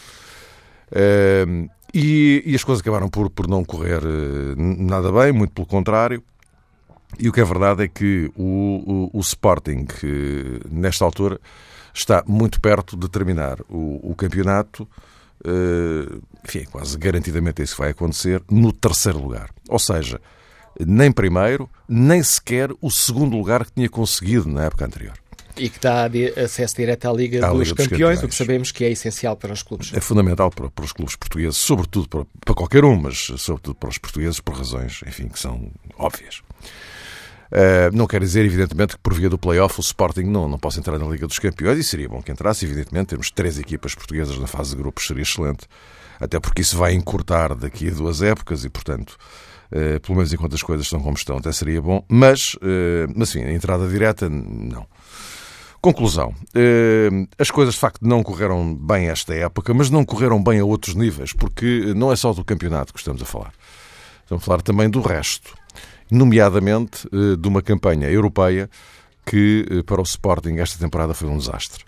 Uh, e, e as coisas acabaram por, por não correr uh, nada bem, muito pelo contrário. E o que é verdade é que o, o, o Sporting, uh, nesta altura, está muito perto de terminar o, o campeonato, uh, enfim, quase garantidamente isso vai acontecer, no terceiro lugar. Ou seja, nem primeiro, nem sequer o segundo lugar que tinha conseguido na época anterior. E que dá acesso direto à Liga, à dos, Liga dos Campeões, Campeões, o que sabemos que é essencial para os clubes. É fundamental para, para os clubes portugueses, sobretudo para, para qualquer um, mas sobretudo para os portugueses, por razões, enfim, que são óbvias. Uh, não quer dizer, evidentemente, que por via do play-off o Sporting não, não possa entrar na Liga dos Campeões, e seria bom que entrasse, evidentemente, termos três equipas portuguesas na fase de grupos seria excelente, até porque isso vai encurtar daqui a duas épocas e, portanto, uh, pelo menos enquanto as coisas estão como estão, até seria bom, mas, uh, mas enfim, a entrada direta, não. Conclusão, uh, as coisas de facto não correram bem esta época, mas não correram bem a outros níveis, porque não é só do campeonato que estamos a falar, estamos a falar também do resto. Nomeadamente de uma campanha europeia que para o Sporting esta temporada foi um desastre.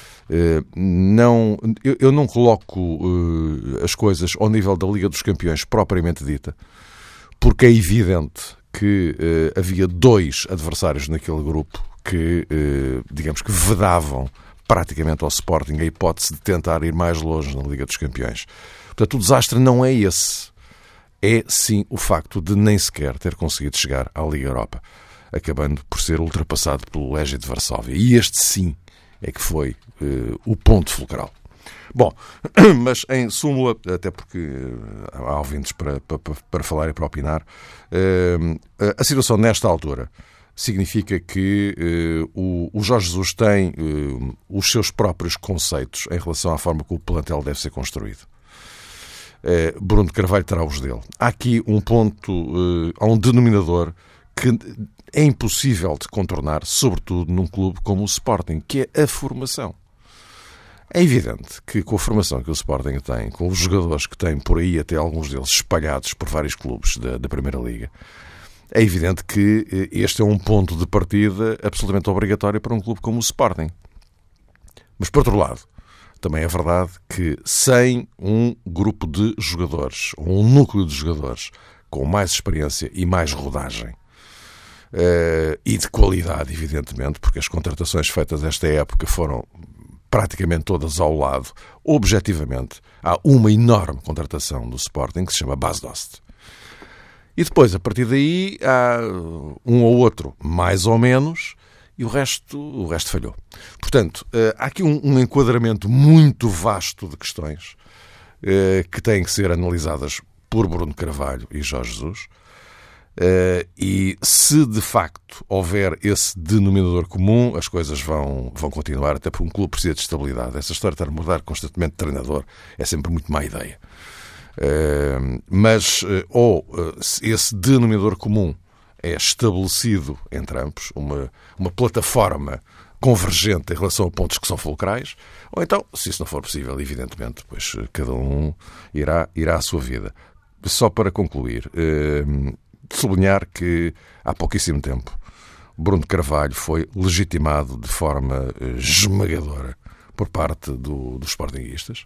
Não, eu não coloco as coisas ao nível da Liga dos Campeões propriamente dita, porque é evidente que havia dois adversários naquele grupo que, digamos que vedavam praticamente ao Sporting a hipótese de tentar ir mais longe na Liga dos Campeões. Portanto, o desastre não é esse. É, sim, o facto de nem sequer ter conseguido chegar à Liga Europa, acabando por ser ultrapassado pelo Legia de Varsóvia. E este, sim, é que foi uh, o ponto fulcral. Bom, mas em súmula, até porque há ouvintes para, para, para falar e para opinar, uh, a situação nesta altura significa que uh, o, o Jorge Jesus tem uh, os seus próprios conceitos em relação à forma como o plantel deve ser construído. Bruno de Carvalho terá os dele. Há aqui um ponto, há um denominador que é impossível de contornar, sobretudo num clube como o Sporting, que é a formação. É evidente que com a formação que o Sporting tem, com os jogadores que tem por aí, até alguns deles espalhados por vários clubes da, da Primeira Liga, é evidente que este é um ponto de partida absolutamente obrigatório para um clube como o Sporting. Mas, por outro lado, também é verdade que sem um grupo de jogadores, ou um núcleo de jogadores com mais experiência e mais rodagem, uh, e de qualidade, evidentemente, porque as contratações feitas esta época foram praticamente todas ao lado, objetivamente, há uma enorme contratação do Sporting que se chama Bas Dost. E depois, a partir daí, há um ou outro, mais ou menos, e o resto, o resto falhou. Portanto, há aqui um, um enquadramento muito vasto de questões eh, que têm que ser analisadas por Bruno Carvalho e Jorge Jesus. Eh, e se de facto houver esse denominador comum, as coisas vão, vão continuar, até porque um clube precisa de estabilidade. Essa história de estar a mudar constantemente de treinador é sempre muito má ideia. Eh, mas, ou esse denominador comum é estabelecido entre ambos, uma, uma plataforma convergente em relação a pontos que são fulcrais, ou então, se isso não for possível, evidentemente, pois cada um irá, irá à sua vida. Só para concluir, eh, sublinhar que há pouquíssimo tempo Bruno de Carvalho foi legitimado de forma esmagadora por parte do, dos sportinguistas,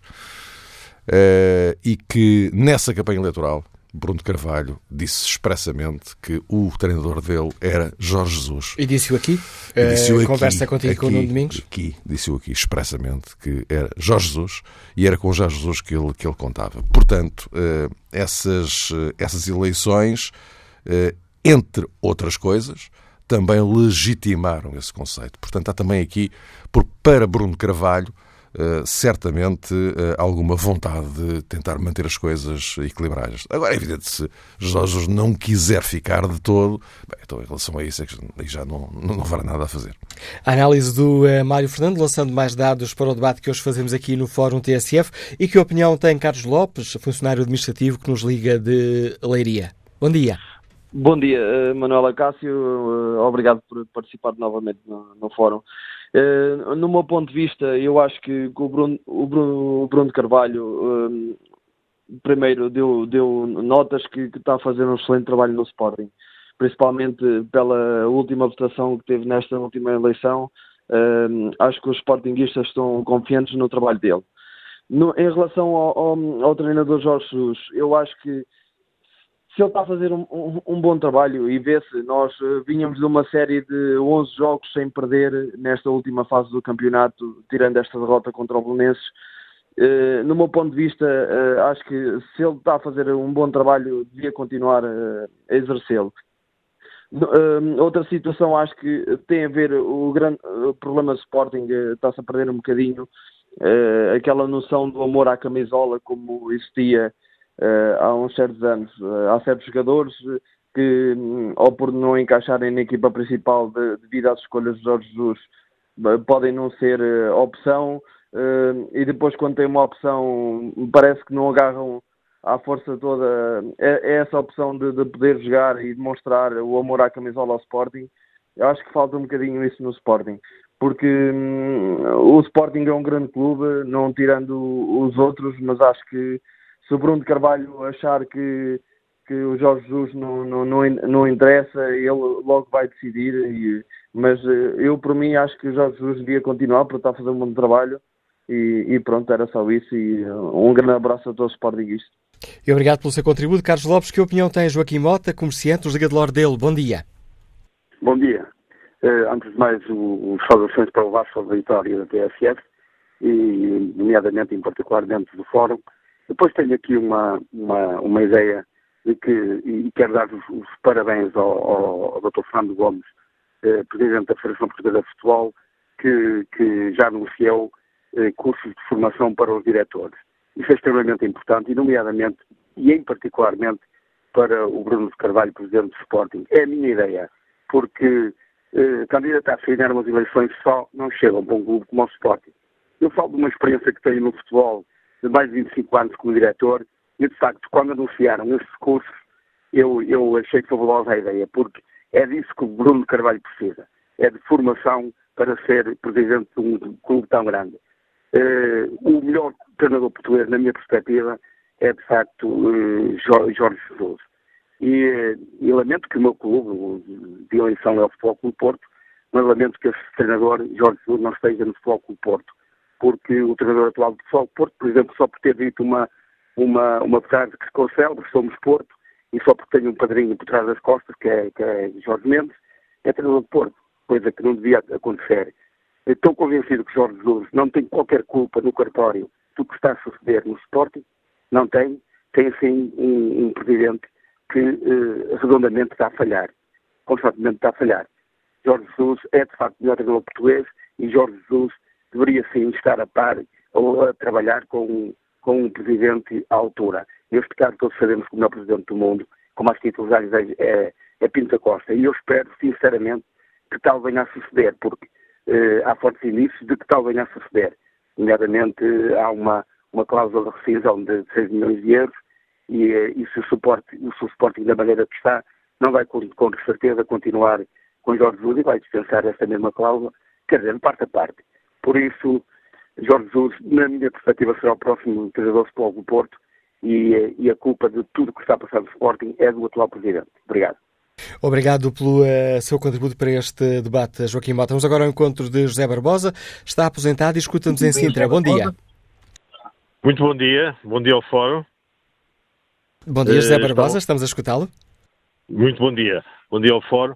eh, e que nessa campanha eleitoral Bruno de Carvalho disse expressamente que o treinador dele era Jorge Jesus. E disse-o aqui? E disse-o aqui, conversa contigo aqui, com o Nuno Domingos? Aqui, disse-o aqui expressamente que era Jorge Jesus e era com Jorge Jesus que ele, que ele contava. Portanto, essas, essas eleições, entre outras coisas, também legitimaram esse conceito. Portanto, há também aqui, para Bruno de Carvalho, Uh, certamente uh, alguma vontade de tentar manter as coisas equilibradas. Agora, é evidente, se Jorge Jesus não quiser ficar de todo, bem, então em relação a isso é que já não, não, não haverá nada a fazer. A análise do uh, Mário Fernando, lançando mais dados para o debate que hoje fazemos aqui no Fórum T S F. E que opinião tem Carlos Lopes, funcionário administrativo que nos liga de Leiria? Bom dia. Bom dia, Manuela Cássio. Obrigado por participar novamente no, no Fórum. Uh, no meu ponto de vista, eu acho que o Bruno, o Bruno, o Bruno Carvalho um, primeiro deu, deu notas que, que está a fazer um excelente trabalho no Sporting, principalmente pela última votação que teve nesta última eleição. Um, acho que os sportinguistas estão confiantes no trabalho dele. No, em relação ao, ao, ao treinador Jorge Jesus, eu acho que se ele está a fazer um, um, um bom trabalho, e vê-se, nós uh, vínhamos de uma série de onze jogos sem perder nesta última fase do campeonato, tirando esta derrota contra o Belenenses. Uh, no meu ponto de vista, uh, acho que se ele está a fazer um bom trabalho, devia continuar uh, a exercê-lo. Uh, outra situação, acho que tem a ver, o grande uh, problema do Sporting uh, está-se a perder um bocadinho, uh, aquela noção do amor à camisola como existia uh, há uns certos anos. Uh, há certos jogadores que, um, ou por não encaixarem na equipa principal de, devido às escolhas de Jorge Jesus, uh, podem não ser uh, opção, uh, e depois quando tem uma opção parece que não agarram à força toda. É, é essa opção de, de poder jogar e demonstrar o amor à camisola ao Sporting. Eu acho que falta um bocadinho isso no Sporting, porque hum, o Sporting é um grande clube, não tirando os outros, mas acho que se o Bruno de Carvalho achar que, que o Jorge Jesus não, não, não, não interessa, ele logo vai decidir, e, mas eu, por mim, acho que o Jorge Jesus devia continuar, porque está a fazer um bom trabalho, e, e pronto, era só isso, e um grande abraço a todos os sportinguistas. E obrigado pelo seu contributo. Carlos Lopes, que opinião tem Joaquim Mota, comerciante, o Liga de Lordelo? Bom dia. Bom dia. Uh, antes de mais, os saudações para o Vasco pela vitória da T S F, e nomeadamente, em particular, dentro do Fórum. Depois tenho aqui uma, uma, uma ideia de que, e quero dar os, os parabéns ao, ao, ao doutor Fernando Gomes, uh, Presidente da Federação Portuguesa de Futebol, que, que já anunciou uh, cursos de formação para os diretores. Isso é extremamente importante, e nomeadamente, e em particularmente, para o Bruno de Carvalho, Presidente do Sporting. É a minha ideia, porque eh, candidatar-se a ganhar umas eleições só não chegam para um clube como o Sporting. Eu falo de uma experiência que tenho no futebol de mais de vinte e cinco anos como diretor, e de facto, quando anunciaram esses cursos, eu, eu achei fabulosa a ideia, porque é disso que o Bruno de Carvalho precisa. É de formação para ser Presidente de um clube tão grande. Uh, o melhor treinador português, na minha perspectiva, é de facto uh, Jorge Jesus. E, uh, e lamento que o meu clube de eleição é o Futebol Clube Porto, mas lamento que esse treinador, Jorge Jesus, não esteja no Futebol Clube Porto, porque o treinador atual do Futebol Porto, por exemplo, só por ter dito uma, uma, uma frase que ficou célebre, somos Porto, e só porque tem um padrinho por trás das costas, que é, que é Jorge Mendes, é treinador de Porto, coisa que não devia acontecer. Estou convencido que Jorge Jesus não tem qualquer culpa no cartório do que está a suceder no Sporting. Não tem. Tem, sim, um, um presidente que eh, redondamente está a falhar. Constantemente está a falhar. Jorge Jesus é, de facto, o melhor treinador português, e Jorge Jesus deveria, sim, estar a par ou a trabalhar com, com um presidente à altura. Neste caso, todos sabemos que o melhor presidente do mundo, com mais títulos é, é Pinto da Costa. E eu espero, sinceramente, que tal venha a suceder, porque Uh, há fortes indícios de que tal venha a suceder. Nomeadamente, uh, há uma, uma cláusula de rescisão de seis milhões de euros, e, uh, e se o suporte, o seu Sporting, da maneira que está, não vai com, com certeza continuar com Jorge Jesus, e vai dispensar essa mesma cláusula, quer dizer, de parte a parte. Por isso, Jorge Jesus, na minha perspectiva, será o próximo treinador do Futebol do Porto, e, uh, e a culpa de tudo o que está a passar no Sporting é do atual Presidente. Obrigado. Obrigado pelo uh, seu contributo para este debate, Joaquim Mota. Vamos agora ao encontro de José Barbosa. Está aposentado e escuta-nos em Sintra. Bom dia. Muito bom dia. Bom dia ao Fórum. Bom dia, José uh, Barbosa. Estou... Estamos a escutá-lo. Muito bom dia. Bom dia ao Fórum.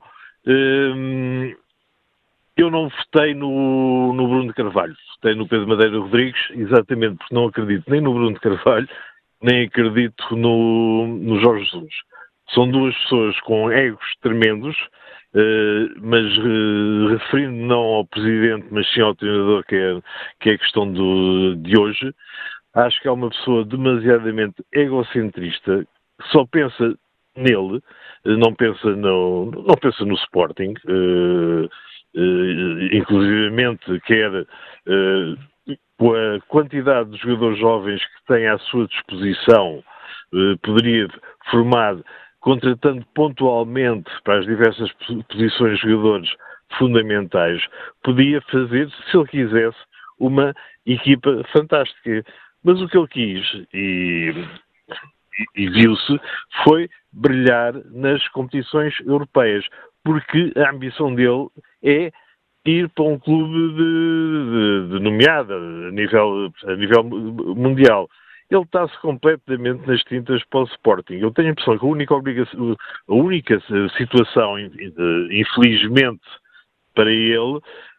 Uh, eu não votei no, no Bruno de Carvalho. Votei no Pedro Madeira Rodrigues, exatamente porque não acredito nem no Bruno de Carvalho, nem acredito no, no Jorge Jesus. São duas pessoas com egos tremendos, uh, mas uh, referindo não ao Presidente, mas sim ao treinador, que é, que é a questão do, de hoje, acho que é uma pessoa demasiadamente egocentrista, que só pensa nele, uh, não, pensa no, não pensa no Sporting, uh, uh, inclusivamente quer, uh, com a quantidade de jogadores jovens que tem à sua disposição, uh, poderia formar, contratando pontualmente para as diversas posições de jogadores, fundamentais, podia fazer, se ele quisesse, uma equipa fantástica. Mas o que ele quis, e, e, e viu-se, foi brilhar nas competições europeias, porque a ambição dele é ir para um clube de, de, de nomeada a nível, a nível mundial. Ele está-se completamente nas tintas para o Sporting. Eu tenho a impressão que a única, obrigação, a única situação, infelizmente para ele,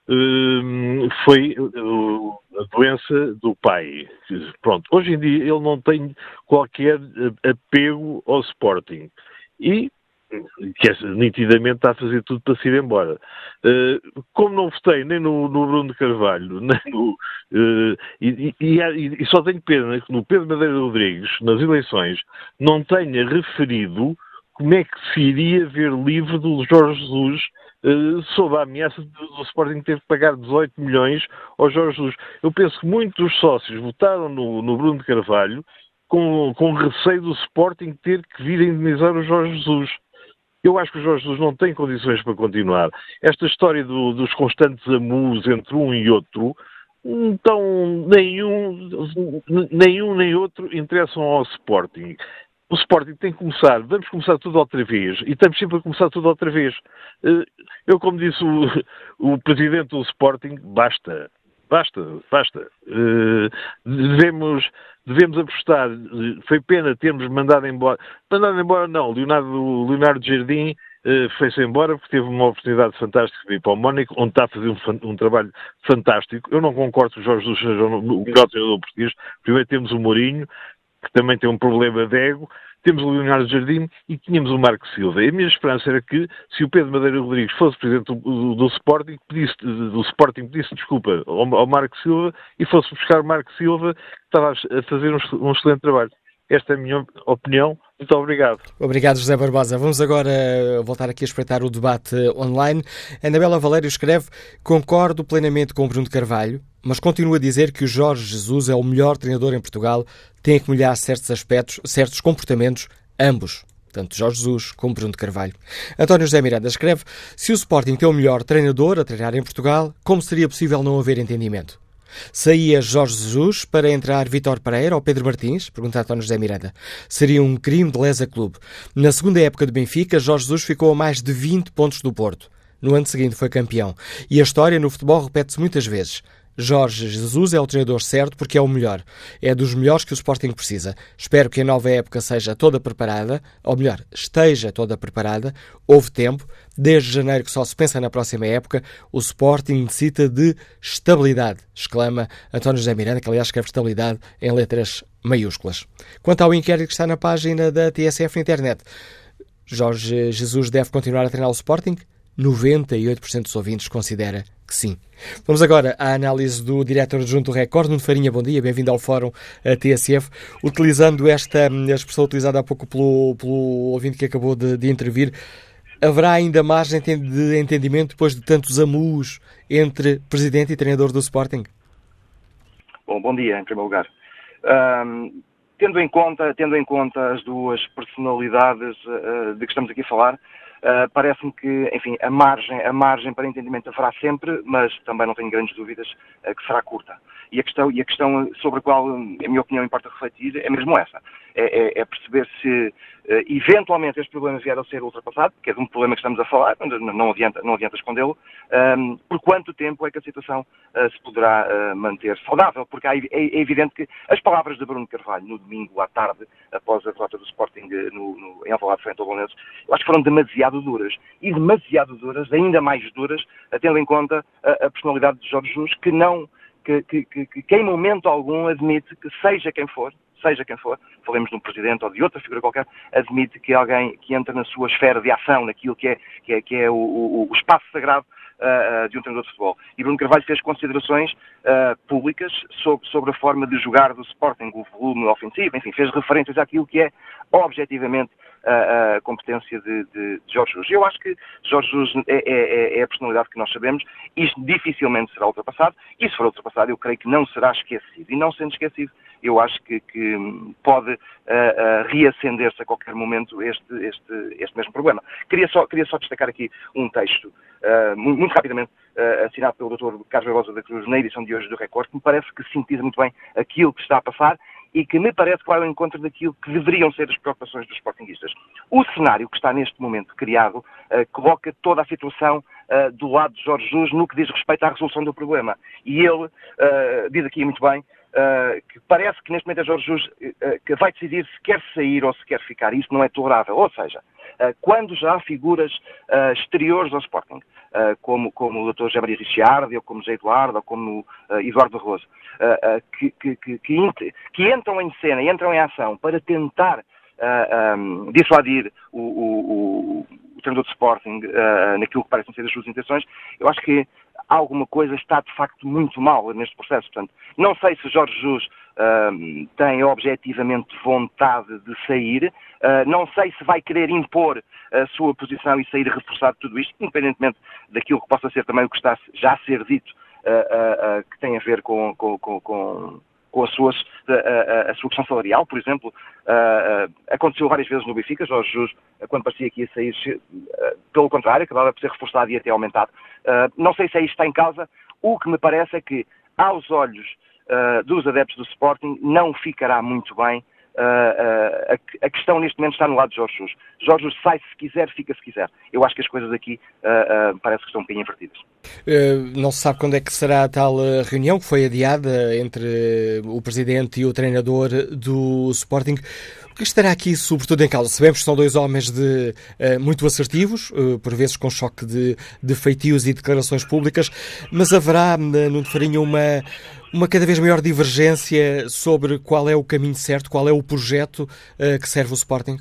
foi a doença do pai. Pronto, hoje em dia ele não tem qualquer apego ao Sporting. E que é, nitidamente está a fazer tudo para se ir embora. Uh, como não votei nem no, no Bruno Carvalho, nem no... Uh, e, e, e, e só tenho pena que no Pedro Madeira Rodrigues, nas eleições, não tenha referido como é que se iria ver livre do Jorge Jesus uh, sob a ameaça do, do Sporting ter que pagar dezoito milhões ao Jorge Jesus. Eu penso que muitos dos sócios votaram no, no Bruno Carvalho com, com receio do Sporting ter que vir a indenizar o Jorge Jesus. Eu acho que o Jorge Jesus não tem condições para continuar. Esta história do, dos constantes amus entre um e outro, então nenhum, nenhum nem outro interessam ao Sporting. O Sporting tem que começar, vamos começar tudo outra vez, e estamos sempre a começar tudo outra vez. Eu, como disse o, o presidente do Sporting, basta, basta, basta. Devemos... Devemos apostar, foi pena termos mandado embora, mandado embora não, Leonardo, Leonardo Jardim uh, foi-se embora porque teve uma oportunidade fantástica de ir para o Mónaco, onde está a fazer um, um trabalho fantástico. Eu não concordo que o Jorge Jesus seja o melhor treinador português. Primeiro temos o Mourinho, que também tem um problema de ego, temos o Leonardo Jardim e tínhamos o Marco Silva. E a minha esperança era que, se o Pedro Madeira Rodrigues fosse presidente do, do, do Sporting, pedisse, do Sporting pedisse desculpa ao, ao Marco Silva e fosse buscar o Marco Silva, que estava a fazer um, um excelente trabalho. Esta é a minha opinião. Muito obrigado. Obrigado, José Barbosa. Vamos agora voltar aqui a espreitar o debate online. Anabela Valério escreve: concordo plenamente com o Bruno Carvalho, mas continuo a dizer que o Jorge Jesus é o melhor treinador em Portugal, tem que melhorar certos aspectos, certos comportamentos, ambos. Tanto Jorge Jesus como Bruno Carvalho. António José Miranda escreve: se o Sporting tem o melhor treinador a treinar em Portugal, como seria possível não haver entendimento? Saía Jorge Jesus para entrar Vítor Pereira ou Pedro Martins? Pergunta António José Miranda. Seria um crime de lesa clube. Na segunda época de Benfica, Jorge Jesus ficou a mais de vinte pontos do Porto. No ano seguinte foi campeão. E a história no futebol repete-se muitas vezes. Jorge Jesus é o treinador certo porque é o melhor. É dos melhores que o Sporting precisa. Espero que a nova época seja toda preparada, ou melhor, esteja toda preparada. Houve tempo. Desde janeiro que só se pensa na próxima época. O Sporting necessita de estabilidade, exclama António José Miranda, que aliás escreve estabilidade em letras maiúsculas. Quanto ao inquérito que está na página da T S F na internet, Jorge Jesus deve continuar a treinar o Sporting? noventa e oito por cento dos ouvintes considera que sim. Vamos agora à análise do diretor adjunto do Record, Nuno Farinha. Bom dia, bem-vindo ao Fórum T S F. Utilizando esta expressão utilizada há pouco pelo, pelo ouvinte que acabou de, de intervir, haverá ainda margem de entendimento depois de tantos amus entre presidente e treinador do Sporting? Bom, bom dia, em primeiro lugar. Um, tendo em conta, tendo em conta as duas personalidades uh, de que estamos aqui a falar, Uh, parece-me que, enfim, a margem, a margem para entendimento haverá sempre, mas também não tenho grandes dúvidas uh, que será curta. E a questão, e a questão sobre a qual, a minha opinião, importa refletir é mesmo essa. É, é, é perceber se, uh, eventualmente, este problema vier a ser ultrapassado, que é de um problema que estamos a falar, não adianta, não adianta escondê-lo, um, por quanto tempo é que a situação uh, se poderá uh, manter saudável? Porque há, é, é evidente que as palavras de Bruno Carvalho, no domingo à tarde, após a derrota do Sporting no, no, em Alvalade frente ao Bolonenses, eu acho que foram demasiado duras, e demasiado duras, ainda mais duras, tendo em conta a, a personalidade de Jorge Jesus, que não, que, que, que, que em momento algum admite que seja quem for, seja quem for, falemos de um presidente ou de outra figura qualquer, admite que alguém que entra na sua esfera de ação, naquilo que é, que é, que é o, o, o espaço sagrado uh, de um treinador de futebol. E Bruno Carvalho fez considerações uh, públicas sobre, sobre a forma de jogar do Sporting, o volume ofensivo, enfim, fez referências àquilo que é objetivamente a, a competência de, de, de Jorge Jesus. Eu acho que Jorge Jesus é, é, é a personalidade que nós sabemos, isto dificilmente será ultrapassado, e se for ultrapassado eu creio que não será esquecido, e não sendo esquecido, eu acho que, que pode uh, uh, reacender-se a qualquer momento este, este, este mesmo problema. Queria só, queria só destacar aqui um texto, uh, muito, muito rapidamente, uh, assinado pelo doutor Carlos Barbosa da Cruz na edição de hoje do Record, que me parece que sintetiza muito bem aquilo que está a passar e que me parece que vai ao encontro daquilo que deveriam ser as preocupações dos sportinguistas. O cenário que está neste momento criado uh, coloca toda a situação uh, do lado de Jorge Jesus no que diz respeito à resolução do problema. E ele uh, diz aqui muito bem Uh, que parece que neste momento é Jorge Jesus uh, que vai decidir se quer sair ou se quer ficar. Isso não é tolerável. Ou seja, uh, quando já há figuras uh, exteriores ao Sporting, uh, como, como o doutor José Maria Ricciardi, ou como José Eduardo, ou como uh, Eduardo Barroso, uh, uh, que, que, que, que, int- que entram em cena, entram em ação para tentar uh, um, dissuadir o, o, o, o treinador de Sporting uh, naquilo que parecem ser as suas intenções, eu acho que alguma coisa está de facto muito mal neste processo. Portanto, não sei se Jorge Jesus uh, tem objetivamente vontade de sair, uh, não sei se vai querer impor a sua posição e sair reforçado de tudo isto, independentemente daquilo que possa ser também o que está já a ser dito, uh, uh, uh, que tem a ver com, com, com, com com as suas, a, a, a sua questão salarial, por exemplo. Uh, uh, aconteceu várias vezes no Benfica, Jorge Jesus, uh, quando parecia que ia sair, uh, pelo contrário, acabava por ser reforçado e até aumentado. Uh, não sei se é isto que está em causa. O que me parece é que, aos olhos uh, dos adeptos do Sporting, não ficará muito bem. Uh, uh, a, a questão neste momento está no lado de Jorge Jesus. Jorge Jesus sai se quiser, fica se quiser. Eu acho que as coisas aqui uh, uh, parece que estão um bocadinho invertidas. Uh, não se sabe quando é que será a tal uh, reunião que foi adiada entre uh, o Presidente e o treinador do Sporting. O que estará aqui sobretudo em causa? Sabemos que são dois homens de, uh, muito assertivos, uh, por vezes com choque de, de feitios e declarações públicas, mas haverá, uh, no Farinha, uma, uma cada vez maior divergência sobre qual é o caminho certo, qual é o projeto uh, que serve o Sporting?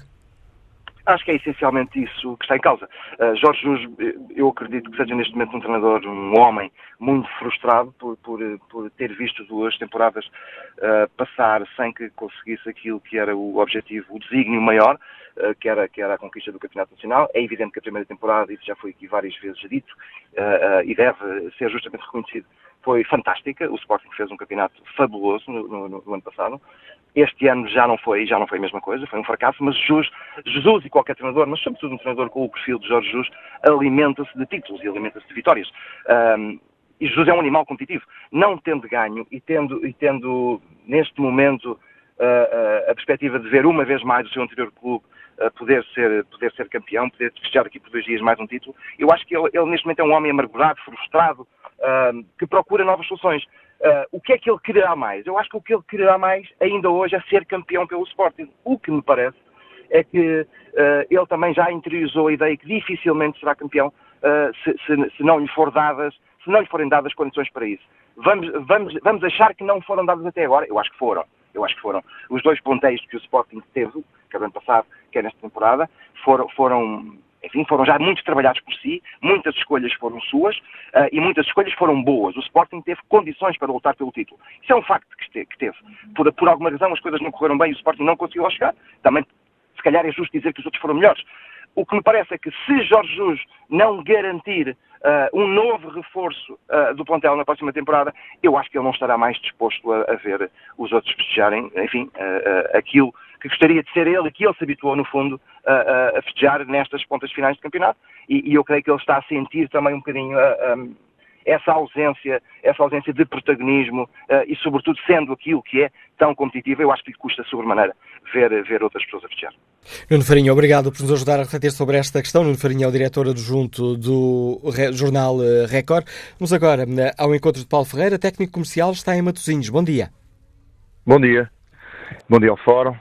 Acho que é essencialmente isso que está em causa. Uh, Jorge Jesus, eu acredito que seja neste momento um treinador, um homem muito frustrado por, por, por ter visto duas temporadas uh, passar sem que conseguisse aquilo que era o objetivo, o desígnio maior, uh, que, era, que era a conquista do Campeonato Nacional. É evidente que a primeira temporada, isso já foi aqui várias vezes dito, uh, uh, e deve ser justamente reconhecido, foi fantástica. O Sporting fez um campeonato fabuloso no, no, no ano passado. Este ano já não foi, já não foi a mesma coisa, foi um fracasso, mas Jesus, Jesus e qualquer treinador, mas sobretudo um treinador com o perfil de Jorge Jesus, alimenta-se de títulos e alimenta-se de vitórias. Um, e Jesus é um animal competitivo. Não tendo ganho e tendo, e tendo neste momento, uh, uh, a perspectiva de ver uma vez mais o seu anterior clube uh, poder, ser, poder ser campeão, poder festejar aqui por dois dias mais um título, eu acho que ele, ele neste momento é um homem amargurado, frustrado, uh, que procura novas soluções. Uh, o que é que ele quererá mais? Eu acho que o que ele quererá mais ainda hoje é ser campeão pelo Sporting. O que me parece é que uh, ele também já interiorizou a ideia que dificilmente será campeão uh, se, se, se não lhe for dadas, se não lhe forem dadas condições para isso. Vamos, vamos, vamos achar que não foram dadas até agora? Eu acho que foram. Eu acho que foram. Os dois ponteiros que o Sporting teve, que é do ano passado, que é nesta temporada, foram... foram Enfim, foram já muito trabalhados por si, muitas escolhas foram suas uh, e muitas escolhas foram boas. O Sporting teve condições para lutar pelo título. Isso é um facto que teve. Que teve. Por, por alguma razão as coisas não correram bem e o Sporting não conseguiu lá chegar. Também, se calhar, é justo dizer que os outros foram melhores. O que me parece é que se Jorge Jesus não garantir uh, um novo reforço uh, do plantel na próxima temporada, eu acho que ele não estará mais disposto a, a ver os outros festejarem, enfim, uh, uh, aquilo que gostaria de ser ele e que ele se habituou, no fundo, a, a festejar nestas pontas finais de campeonato. E, e eu creio que ele está a sentir também um bocadinho uh, um, essa ausência, essa ausência de protagonismo uh, e, sobretudo, sendo aquilo que é tão competitivo, eu acho que lhe custa sobremaneira ver, ver outras pessoas a festejar. Nuno Farinha, obrigado por nos ajudar a refletir sobre esta questão. Nuno Farinha é o diretor adjunto do jornal Record. Vamos agora ao encontro de Paulo Ferreira, técnico comercial, está em Matosinhos. Bom dia. Bom dia. Bom dia ao Fórum.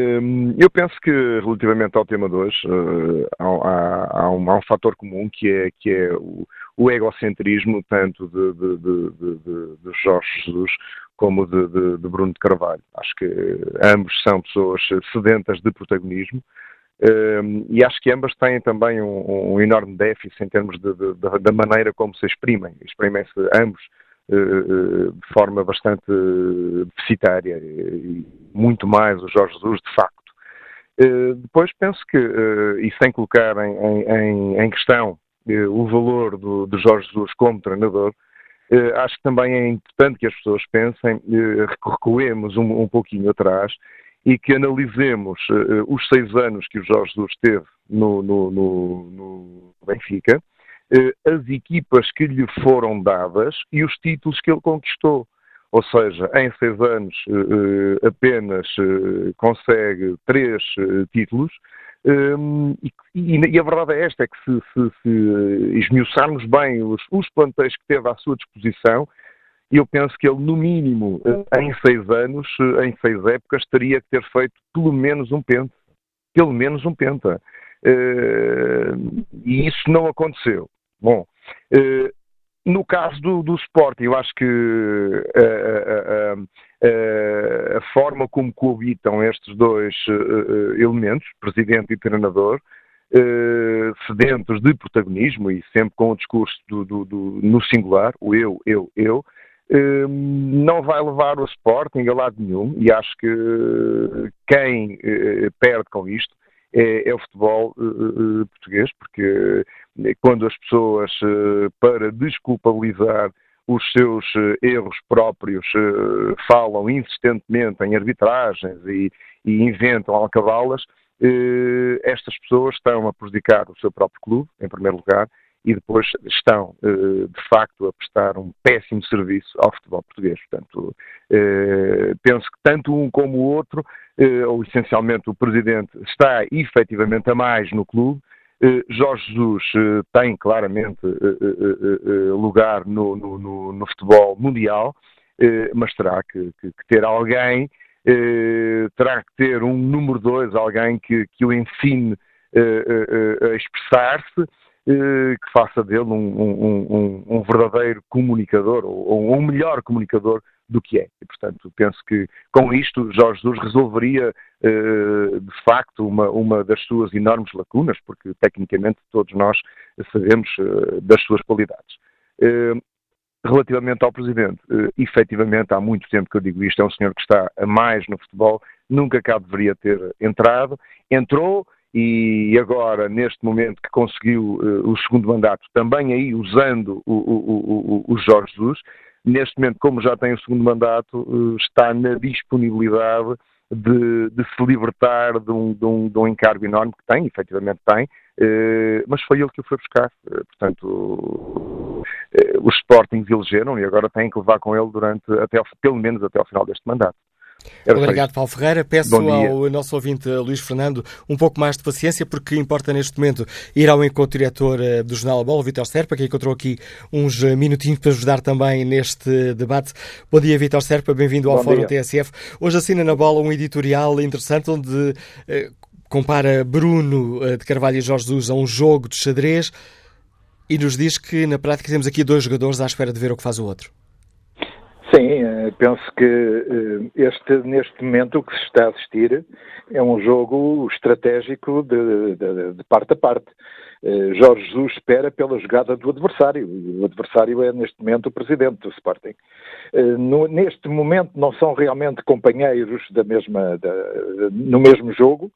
Eu penso que, relativamente ao tema de hoje, há, há, há, um, há um fator comum que é, que é o, o egocentrismo, tanto de, de, de, de, de Jorge Jesus como de, de, de Bruno de Carvalho. Acho que ambos são pessoas sedentas de protagonismo e acho que ambas têm também um, um enorme déficit em termos de, de, de, da maneira como se exprimem. Exprimem-se ambos de forma bastante deficitária e muito mais o Jorge Jesus, de facto. Depois penso que, e sem colocar em, em, em questão o valor do, de Jorge Jesus como treinador, Uh, acho que também é importante que as pessoas pensem, uh, recuemos um, um pouquinho atrás e que analisemos uh, os seis anos que o Jorge Jesus teve no, no, no, no Benfica, uh, as equipas que lhe foram dadas e os títulos que ele conquistou. Ou seja, em seis anos uh, apenas uh, consegue três uh, títulos. Um, e, e a verdade é esta, é que se, se, se esmiuçarmos bem os, os plantéis que teve à sua disposição, eu penso que ele, no mínimo, em seis anos, em seis épocas, teria que ter feito pelo menos um penta. Pelo menos um penta. Uh, e isso não aconteceu. Bom, uh, no caso do, do Sporting, eu acho que uh, uh, uh, uh, a forma como coabitam estes dois uh, elementos, presidente e treinador, uh, sedentos de protagonismo e sempre com o discurso do, do, do, no singular, o eu, eu, eu, uh, não vai levar o Sporting a lado nenhum, e acho que quem uh, perde com isto é, é o futebol uh, uh, português, porque quando as pessoas, para desculpabilizar os seus erros próprios, falam insistentemente em arbitragens e, e inventam alcabalas, estas pessoas estão a prejudicar o seu próprio clube, em primeiro lugar, e depois estão, de facto, a prestar um péssimo serviço ao futebol português. Portanto, penso que tanto um como o outro, ou essencialmente o Presidente, está efetivamente a mais no clube. Uh, Jorge Jesus uh, tem claramente uh, uh, uh, lugar no, no, no, no futebol mundial, uh, mas terá que, que, que ter alguém, uh, terá que ter um número dois, alguém que, que o ensine uh, uh, uh, a expressar-se, uh, que faça dele um, um, um, um verdadeiro comunicador, ou, ou um melhor comunicador do que é. E, portanto, penso que com isto Jorge Jesus resolveria uh, de facto uma, uma das suas enormes lacunas, porque tecnicamente todos nós sabemos uh, das suas qualidades. Uh, relativamente ao Presidente, uh, efetivamente há muito tempo que eu digo isto, é um senhor que está a mais no futebol, nunca cá deveria ter entrado, entrou e agora, neste momento que conseguiu uh, o segundo mandato, também aí usando o, o, o, o Jorge Jesus, neste momento, como já tem o segundo mandato, está na disponibilidade de, de se libertar de um, de, um, de um encargo enorme que tem, efetivamente tem, mas foi ele que o foi buscar. Portanto, os Sportings elegeram e agora têm que levar com ele durante, até, pelo menos até ao final deste mandato. Era Obrigado, Paulo Ferreira. Peço ao nosso ouvinte Luís Fernando um pouco mais de paciência, porque importa neste momento ir ao encontro diretor do Jornal A Bola, Vítor Serpa, que encontrou aqui uns minutinhos para ajudar também neste debate. Bom dia, Vítor Serpa, bem-vindo ao Bom Fórum dia. T S F. Hoje assina na Bola um editorial interessante onde eh, compara Bruno de Carvalho e Jorge Jesus a um jogo de xadrez e nos diz que, na prática, temos aqui dois jogadores à espera de ver o que faz o outro. Sim, penso que este, neste momento o que se está a assistir é um jogo estratégico de, de, de parte a parte. Jorge Jesus espera pela jogada do adversário, e o adversário é neste momento o Presidente do Sporting. No, neste momento não são realmente companheiros da mesma, da, no mesmo jogo.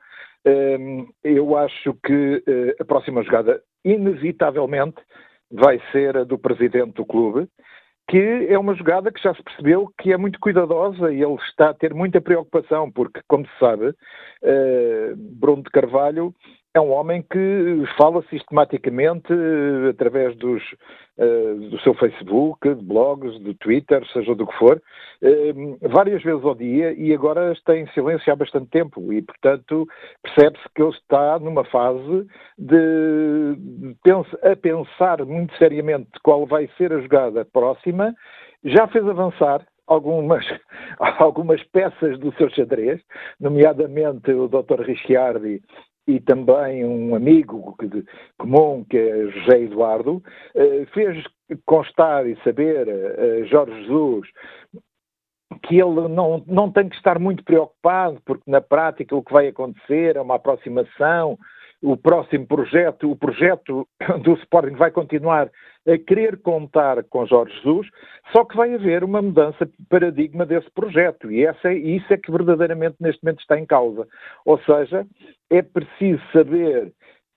Eu acho que a próxima jogada inevitavelmente vai ser a do Presidente do clube, que é uma jogada que já se percebeu que é muito cuidadosa e ele está a ter muita preocupação, porque, como se sabe, uh, Bruno de Carvalho é um homem que fala sistematicamente uh, através dos, uh, do seu Facebook, de blogs, do Twitter, seja do que for, uh, várias vezes ao dia, e agora está em silêncio há bastante tempo e, portanto, percebe-se que ele está numa fase de, de pense, a pensar muito seriamente qual vai ser a jogada próxima. Já fez avançar algumas, algumas peças do seu xadrez, nomeadamente o doutor Ricciardi e também um amigo comum, que é José Eduardo, fez constar e saber a Jorge Jesus que ele não, não tem que estar muito preocupado, porque na prática o que vai acontecer é uma aproximação, o próximo projeto, o projeto do Sporting vai continuar a querer contar com Jorge Jesus, só que vai haver uma mudança de paradigma desse projeto, e essa, isso é que verdadeiramente neste momento está em causa. Ou seja, é preciso saber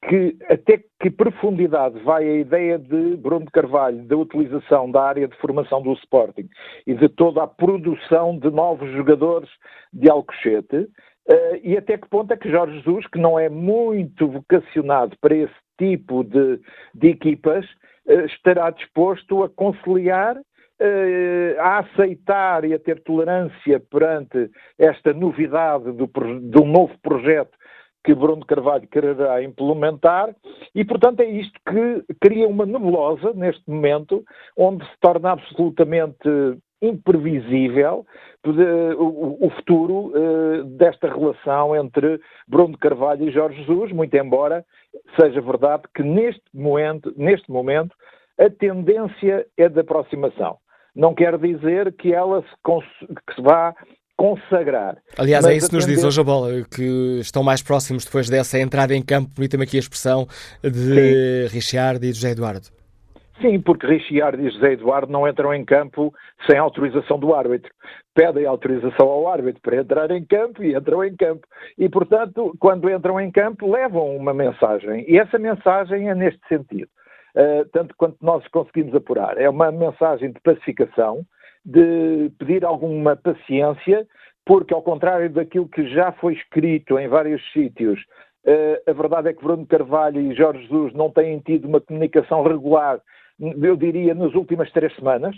que até que profundidade vai a ideia de Bruno de Carvalho da utilização da área de formação do Sporting e de toda a produção de novos jogadores de Alcochete, uh, e até que ponto é que Jorge Jesus, que não é muito vocacionado para esse tipo de, de equipas, uh, estará disposto a conciliar, uh, a aceitar e a ter tolerância perante esta novidade do, de um novo projeto que Bruno de Carvalho quererá implementar, e, portanto, é isto que cria uma nebulosa, neste momento, onde se torna absolutamente imprevisível o, o futuro uh, desta relação entre Bruno de Carvalho e Jorge Jesus, muito embora seja verdade que, neste momento, neste momento a tendência é de aproximação. Não quer dizer que ela se, cons- que se vá consagrar. Aliás, Mas é isso que nos tendência... diz hoje a bola, que estão mais próximos depois dessa entrada em campo, permita-me aqui a expressão, de Sim. Richard e José Eduardo. Sim, porque Richard e José Eduardo não entram em campo sem autorização do árbitro. Pedem autorização ao árbitro para entrar em campo e entram em campo. E, portanto, quando entram em campo, levam uma mensagem. E essa mensagem é neste sentido. Uh, tanto quanto nós conseguimos apurar. É uma mensagem de pacificação, de pedir alguma paciência, porque, ao contrário daquilo que já foi escrito em vários sítios, uh, a verdade é que Bruno Carvalho e Jorge Jesus não têm tido uma comunicação regular, eu diria, nas últimas três semanas.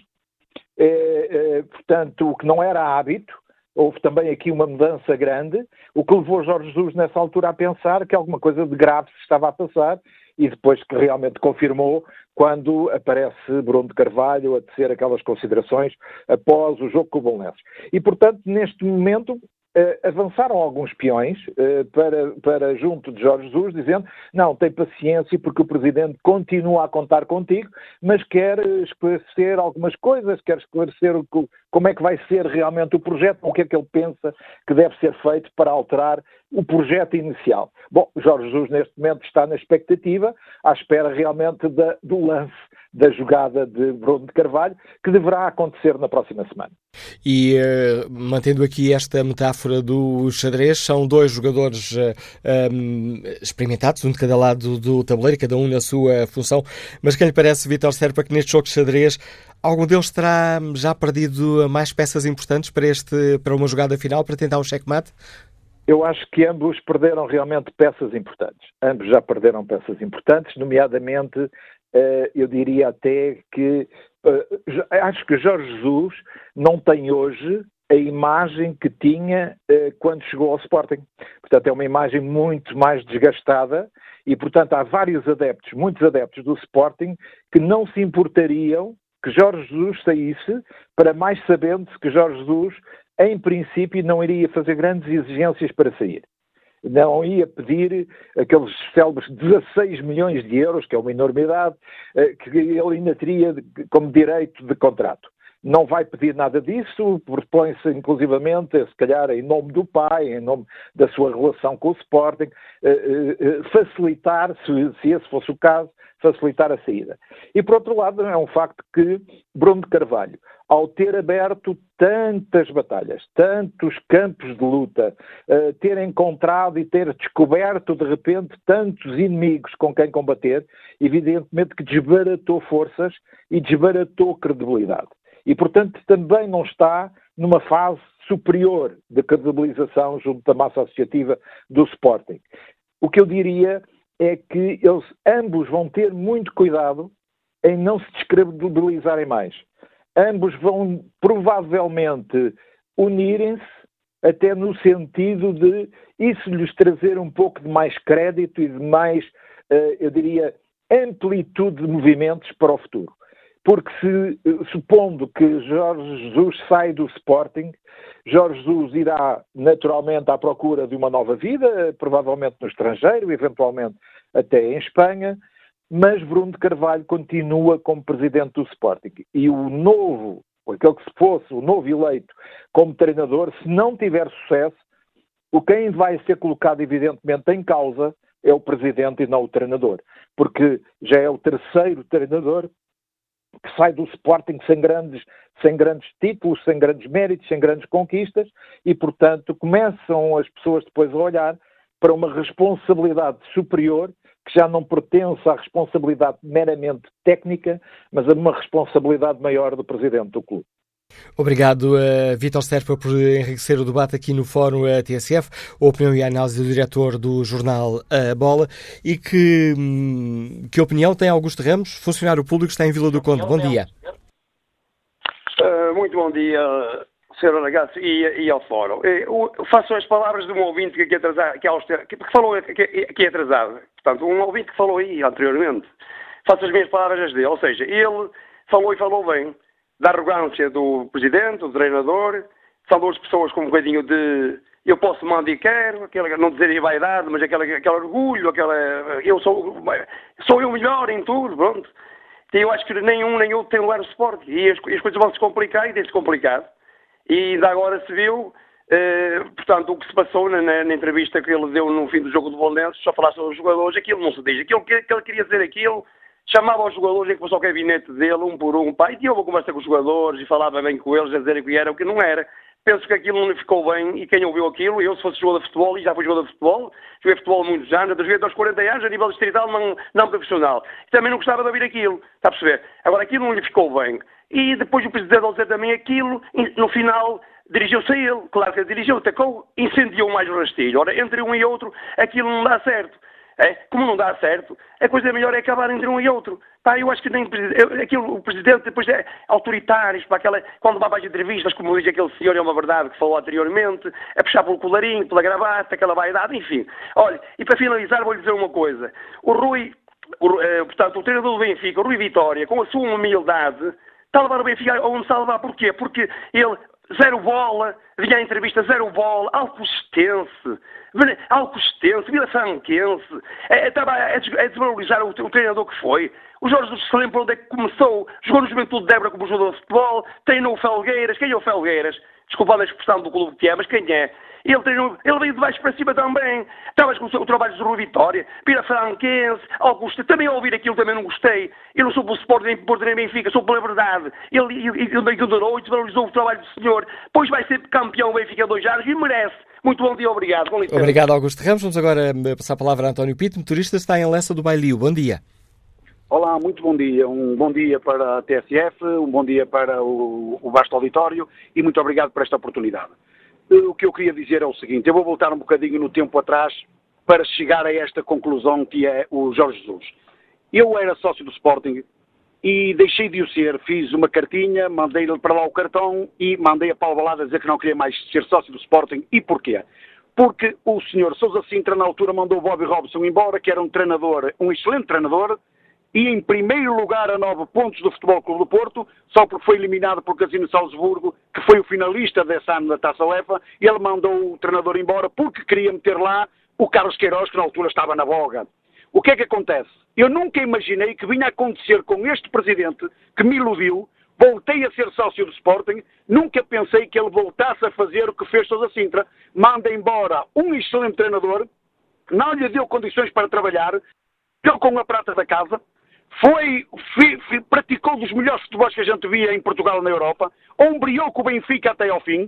Uh, uh, portanto, o que não era hábito. Houve também aqui uma mudança grande, o que levou Jorge Jesus nessa altura a pensar que alguma coisa de grave se estava a passar, e depois que realmente confirmou quando aparece Bruno de Carvalho a tecer aquelas considerações após o jogo com o Belenenses. E, portanto, neste momento, eh, avançaram alguns peões eh, para, para junto de Jorge Jesus, dizendo, não, tem paciência porque o Presidente continua a contar contigo, mas quer esclarecer algumas coisas, quer esclarecer o, como é que vai ser realmente o projeto, o que é que ele pensa que deve ser feito para alterar o projeto inicial. Bom, Jorge Jesus neste momento está na expectativa, à espera realmente da, do lance da jogada de Bruno de Carvalho, que deverá acontecer na próxima semana. E, uh, mantendo aqui esta metáfora do xadrez, são dois jogadores uh, um, experimentados, um de cada lado do tabuleiro, cada um na sua função, mas que lhe parece, Vítor Serpa, que neste jogo de xadrez algum deles terá já perdido mais peças importantes para, este, para uma jogada final, para tentar um checkmate? Eu acho que ambos perderam realmente peças importantes. Ambos já perderam peças importantes, nomeadamente, uh, eu diria até que uh, acho que Jorge Jesus não tem hoje a imagem que tinha uh, quando chegou ao Sporting. Portanto, é uma imagem muito mais desgastada e, portanto, há vários adeptos, muitos adeptos do Sporting, que não se importariam que Jorge Jesus saísse, para mais sabendo-se que Jorge Jesus, em princípio, não iria fazer grandes exigências para sair. Não ia pedir aqueles célebres dezasseis milhões de euros, que é uma enormidade, que ele ainda teria como direito de contrato. Não vai pedir nada disso, propõe-se inclusivamente, se calhar em nome do pai, em nome da sua relação com o Sporting, facilitar, se esse fosse o caso, facilitar a saída. E, por outro lado, é um facto que Bruno de Carvalho, ao ter aberto tantas batalhas, tantos campos de luta, uh, ter encontrado e ter descoberto, de repente, tantos inimigos com quem combater, evidentemente que desbaratou forças e desbaratou credibilidade. E, portanto, também não está numa fase superior de credibilização junto da massa associativa do Sporting. O que eu diria é que eles ambos vão ter muito cuidado em não se descredibilizarem mais. Ambos vão provavelmente unirem-se até no sentido de isso lhes trazer um pouco de mais crédito e de mais, eu diria, amplitude de movimentos para o futuro. Porque se, supondo que Jorge Jesus sai do Sporting, Jorge Jesus irá naturalmente à procura de uma nova vida, provavelmente no estrangeiro, eventualmente até em Espanha, mas Bruno de Carvalho continua como presidente do Sporting. E o novo, aquele que se fosse o novo eleito como treinador, se não tiver sucesso, o quem vai ser colocado evidentemente em causa é o presidente e não o treinador. Porque já é o terceiro treinador que sai do Sporting sem grandes, sem grandes títulos, sem grandes méritos, sem grandes conquistas e, portanto, começam as pessoas depois a olhar para uma responsabilidade superior que já não pertence à responsabilidade meramente técnica, mas a uma responsabilidade maior do presidente do clube. Obrigado, uh, Vítor Serpa, por enriquecer o debate aqui no Fórum uh, T S F, a opinião e a análise do diretor do jornal A uh, Bola. E que, hum, que opinião tem Augusto Ramos, funcionário público, está em Vila do Conde? Bom dia. Uh, muito bom dia, senhor Aragaço, e, e ao Fórum. Eu faço as palavras de um ouvinte que aqui atrasado, que, que, que falou aqui, aqui atrasado. Portanto, um ouvinte que falou aí anteriormente. Faço as minhas palavras as dele. Ou seja, ele falou e falou bem da arrogância do presidente, do treinador. São duas pessoas com um bocadinho de eu posso mandar e quero, aquela, não dizer vaidade, mas aquele, aquele orgulho, aquela eu sou, sou eu melhor em tudo, pronto. E eu acho que nenhum nem outro tem lugar no Sporting. E as, as coisas vão se complicar e tem-se complicado. E ainda agora se viu, eh, portanto, o que se passou na, na, na entrevista que ele deu no fim do jogo do Bolonenses, só falar sobre os jogadores, aquilo não se diz. Aquilo que, que ele queria dizer aquilo, chamava os jogadores e que passou o gabinete dele, um por um, pá, e tinha uma conversa com os jogadores e falava bem com eles, a dizer que era o que não era. Penso que aquilo não lhe ficou bem, e quem ouviu aquilo, eu se fosse jogador de futebol, e já fui jogador de futebol, joguei futebol há muitos anos, das vezes aos quarenta anos, a nível distrital, não, não profissional. E também não gostava de ouvir aquilo, está a perceber? Agora, aquilo não lhe ficou bem. E depois o presidente ao dizer também aquilo, no final, dirigiu-se a ele, claro que ele dirigiu, atacou, incendiou mais o rastilho. Ora, entre um e outro, aquilo não dá certo. É, como não dá certo, a coisa melhor é acabar entre um e outro. Pá, eu acho que nem eu, aquilo, o presidente depois é autoritário, para aquela, quando vai para as entrevistas, como diz aquele senhor, é uma verdade que falou anteriormente, a puxar pelo colarinho, pela gravata, aquela vaidade, enfim. Olha, e para finalizar vou-lhe dizer uma coisa. O Rui, o, eh, portanto, o treinador do Benfica, o Rui Vitória, com a sua humildade, está a levar o Benfica onde está a levar. Porquê? Porque ele, zero bola, vinha à entrevista, zero bola, alcostense, alcostense, Vila Franquense, é, estava a, a desvalorizar o, o treinador que foi. O Jorge Jesus se lembra onde é que começou, jogou no Juventude de Débora como jogador de futebol, treinou o Felgueiras. Quem é o Felgueiras? Desculpa a expressão do clube que é, mas quem é? Ele, treinou, ele veio de baixo para cima também. Estavas com o, o trabalho de Rui Vitória, Vila Franquense, Augusto. Também ao ouvir aquilo também não gostei. Eu não sou pelo Sporting nem pelo Porto nem Benfica, sou pela verdade. Ele, ele, ele ignorou e desvalorizou o trabalho do senhor. Pois vai ser campeão Benfica há dois anos e merece. Muito bom dia, obrigado. Bom obrigado, Augusto Ramos. Vamos agora passar a palavra a António Pinto, motorista, está em Lessa do Bailio. Bom dia. Olá, muito bom dia. Um bom dia para a T S F, um bom dia para o, o vasto auditório e muito obrigado por esta oportunidade. O que eu queria dizer é o seguinte, eu vou voltar um bocadinho no tempo atrás para chegar a esta conclusão que é o Jorge Jesus. Eu era sócio do Sporting e deixei de o ser, fiz uma cartinha, mandei-lhe para lá o cartão e mandei a Paulo Balada a dizer que não queria mais ser sócio do Sporting. E porquê? Porque o senhor Sousa Sintra, na altura, mandou o Bobby Robson embora, que era um treinador, um excelente treinador, e em primeiro lugar a nove pontos do Futebol Clube do Porto, só porque foi eliminado por Casino Salzburgo, que foi o finalista desse ano da Taça UEFA, e ele mandou o treinador embora porque queria meter lá o Carlos Queiroz, que na altura estava na voga. O que é que acontece? Eu nunca imaginei que vinha a acontecer com este presidente, que me iludiu, voltei a ser sócio do Sporting, nunca pensei que ele voltasse a fazer o que fez Sousa Sintra, manda embora um excelente treinador, não lhe deu condições para trabalhar, deu com a prata da casa, Foi, fi, fi, praticou dos melhores futebols que a gente via em Portugal e na Europa, ombreou com o Benfica até ao fim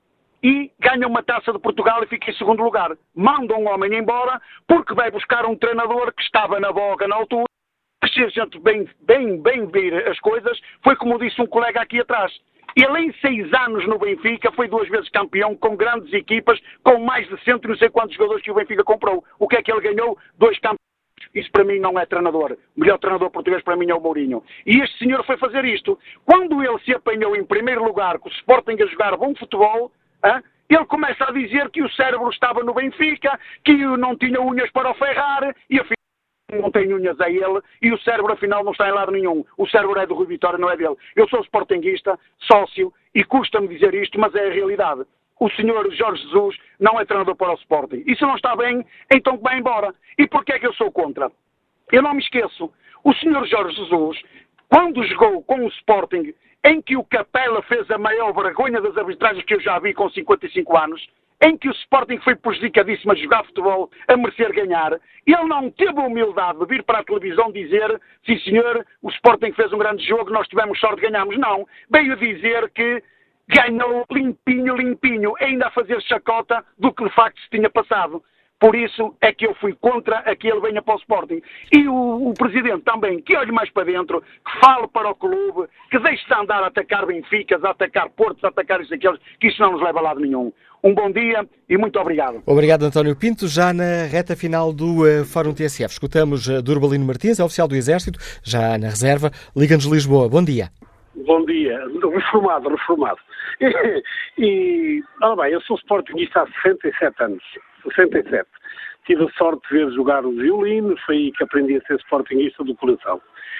e ganha uma taça de Portugal e fica em segundo lugar. Manda um homem embora porque vai buscar um treinador que estava na boga na altura. Se a gente bem, bem, bem vir as coisas, foi como disse um colega aqui atrás. Ele em seis anos no Benfica foi duas vezes campeão com grandes equipas, com mais de cento e não sei quantos jogadores que o Benfica comprou. O que é que ele ganhou? Dois campeões. Isso para mim não é treinador. O melhor treinador português para mim é o Mourinho. E este senhor foi fazer isto. Quando ele se apanhou em primeiro lugar com o Sporting a jogar bom futebol, hein, ele começa a dizer que o cérebro estava no Benfica, que não tinha unhas para o ferrar, e afinal não tem unhas a ele, e o cérebro afinal não está em lado nenhum. O cérebro é do Rui Vitória, não é dele. Eu sou sportinguista, sócio, e custa-me dizer isto, mas é a realidade. O senhor Jorge Jesus não é treinador para o Sporting. E se não está bem, então vai embora. E porquê é que eu sou contra? Eu não me esqueço. O senhor Jorge Jesus, quando jogou com o Sporting, em que o Capela fez a maior vergonha das arbitragens que eu já vi com cinquenta e cinco anos, em que o Sporting foi prejudicadíssimo a jogar futebol, a merecer ganhar, ele não teve a humildade de vir para a televisão dizer, sim senhor, o Sporting fez um grande jogo, nós tivemos sorte de ganharmos. Não. Veio dizer que ganhou limpinho, limpinho, ainda a fazer chacota do que de facto se tinha passado. Por isso é que eu fui contra a que ele venha para o Sporting. E o, o Presidente também, que olhe mais para dentro, que fale para o clube, que deixe de andar a atacar Benficas, a atacar Portos, a atacar isso e aqueles, que isso não nos leva a lado nenhum. Um bom dia e muito obrigado. Obrigado, António Pinto. Já na reta final do uh, Fórum T S F, escutamos uh, Durbalino Martins, é oficial do Exército, já na reserva. Liga-nos Lisboa. Bom dia. Bom dia. Reformado, reformado. E, e olha bem, eu sou sportingista há sessenta e sete anos. sessenta e sete. Tive a sorte de ver jogar o violino, foi aí que aprendi a ser sportingista do coração.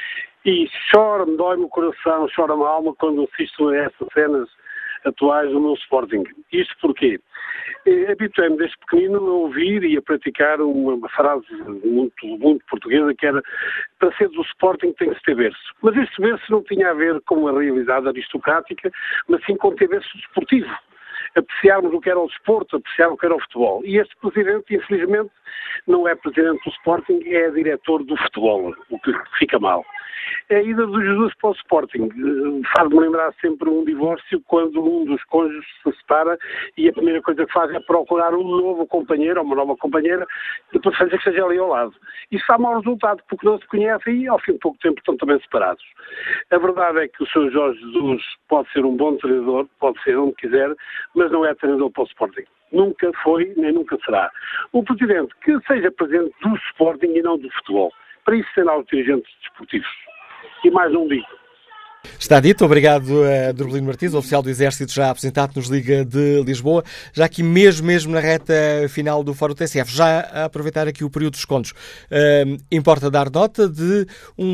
E chora-me, dói-me o coração, chora-me a alma quando assisto a essas cenas atuais do meu Sporting. Isto porquê? Eh, habituei-me desde pequenino a ouvir e a praticar uma, uma frase muito, muito portuguesa que era: para ser do Sporting tem que se ter berço. Mas este berço não tinha a ver com a realidade aristocrática, mas sim com ter berço desportivo. Apreciarmos o que era o desporto, apreciar o que era o futebol. E este presidente, infelizmente, não é presidente do Sporting, é diretor do futebol, o que fica mal. A ida do Jesus para o Sporting faz-me lembrar sempre um divórcio, quando um dos cônjuges se separa e a primeira coisa que faz é procurar um novo companheiro ou uma nova companheira, de preferência que esteja ali ao lado. Isso dá mau resultado, porque não se conhecem e ao fim de pouco tempo estão também separados. A verdade é que o senhor Jorge Jesus pode ser um bom treinador, pode ser onde quiser, mas não é treinador para o Sporting. Nunca foi, nem nunca será. O presidente, que seja presidente do Sporting e não do futebol. Para isso será os dirigentes desportivos. E mais não digo. Está dito. Obrigado a Durbalino Martins, oficial do Exército, já apresentado nos Liga de Lisboa. Já aqui mesmo, mesmo na reta final do Fórum T S F, já a aproveitar aqui o período dos contos, uh, importa dar nota de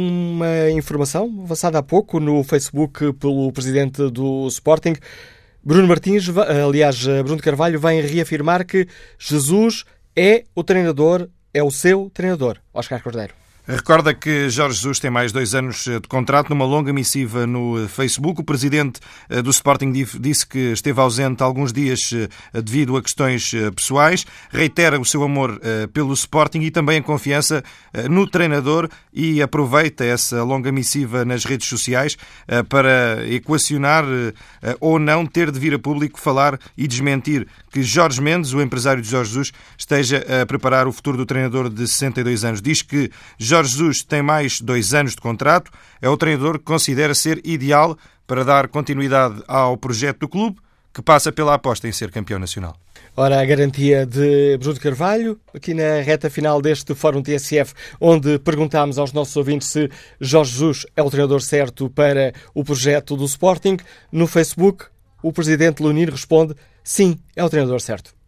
uma informação avançada há pouco no Facebook pelo presidente do Sporting. Bruno Martins, aliás, Bruno Carvalho, vem reafirmar que Jesus é o treinador, é o seu treinador. Óscar Cordeiro. Recorda que Jorge Jesus tem mais dois anos de contrato. Numa longa missiva no Facebook, o presidente do Sporting disse que esteve ausente alguns dias devido a questões pessoais. Reitera o seu amor pelo Sporting e também a confiança no treinador e aproveita essa longa missiva nas redes sociais para equacionar ou não ter de vir a público falar e desmentir que Jorge Mendes, o empresário de Jorge Jesus, esteja a preparar o futuro do treinador de sessenta e dois anos. Diz que Jorge Jesus tem mais dois anos de contrato, é o treinador que considera ser ideal para dar continuidade ao projeto do clube, que passa pela aposta em ser campeão nacional. Ora, a garantia de Bruno Carvalho, aqui na reta final deste Fórum T S F, onde perguntámos aos nossos ouvintes se Jorge Jesus é o treinador certo para o projeto do Sporting. No Facebook, o presidente Leonino responde: sim, é o treinador certo.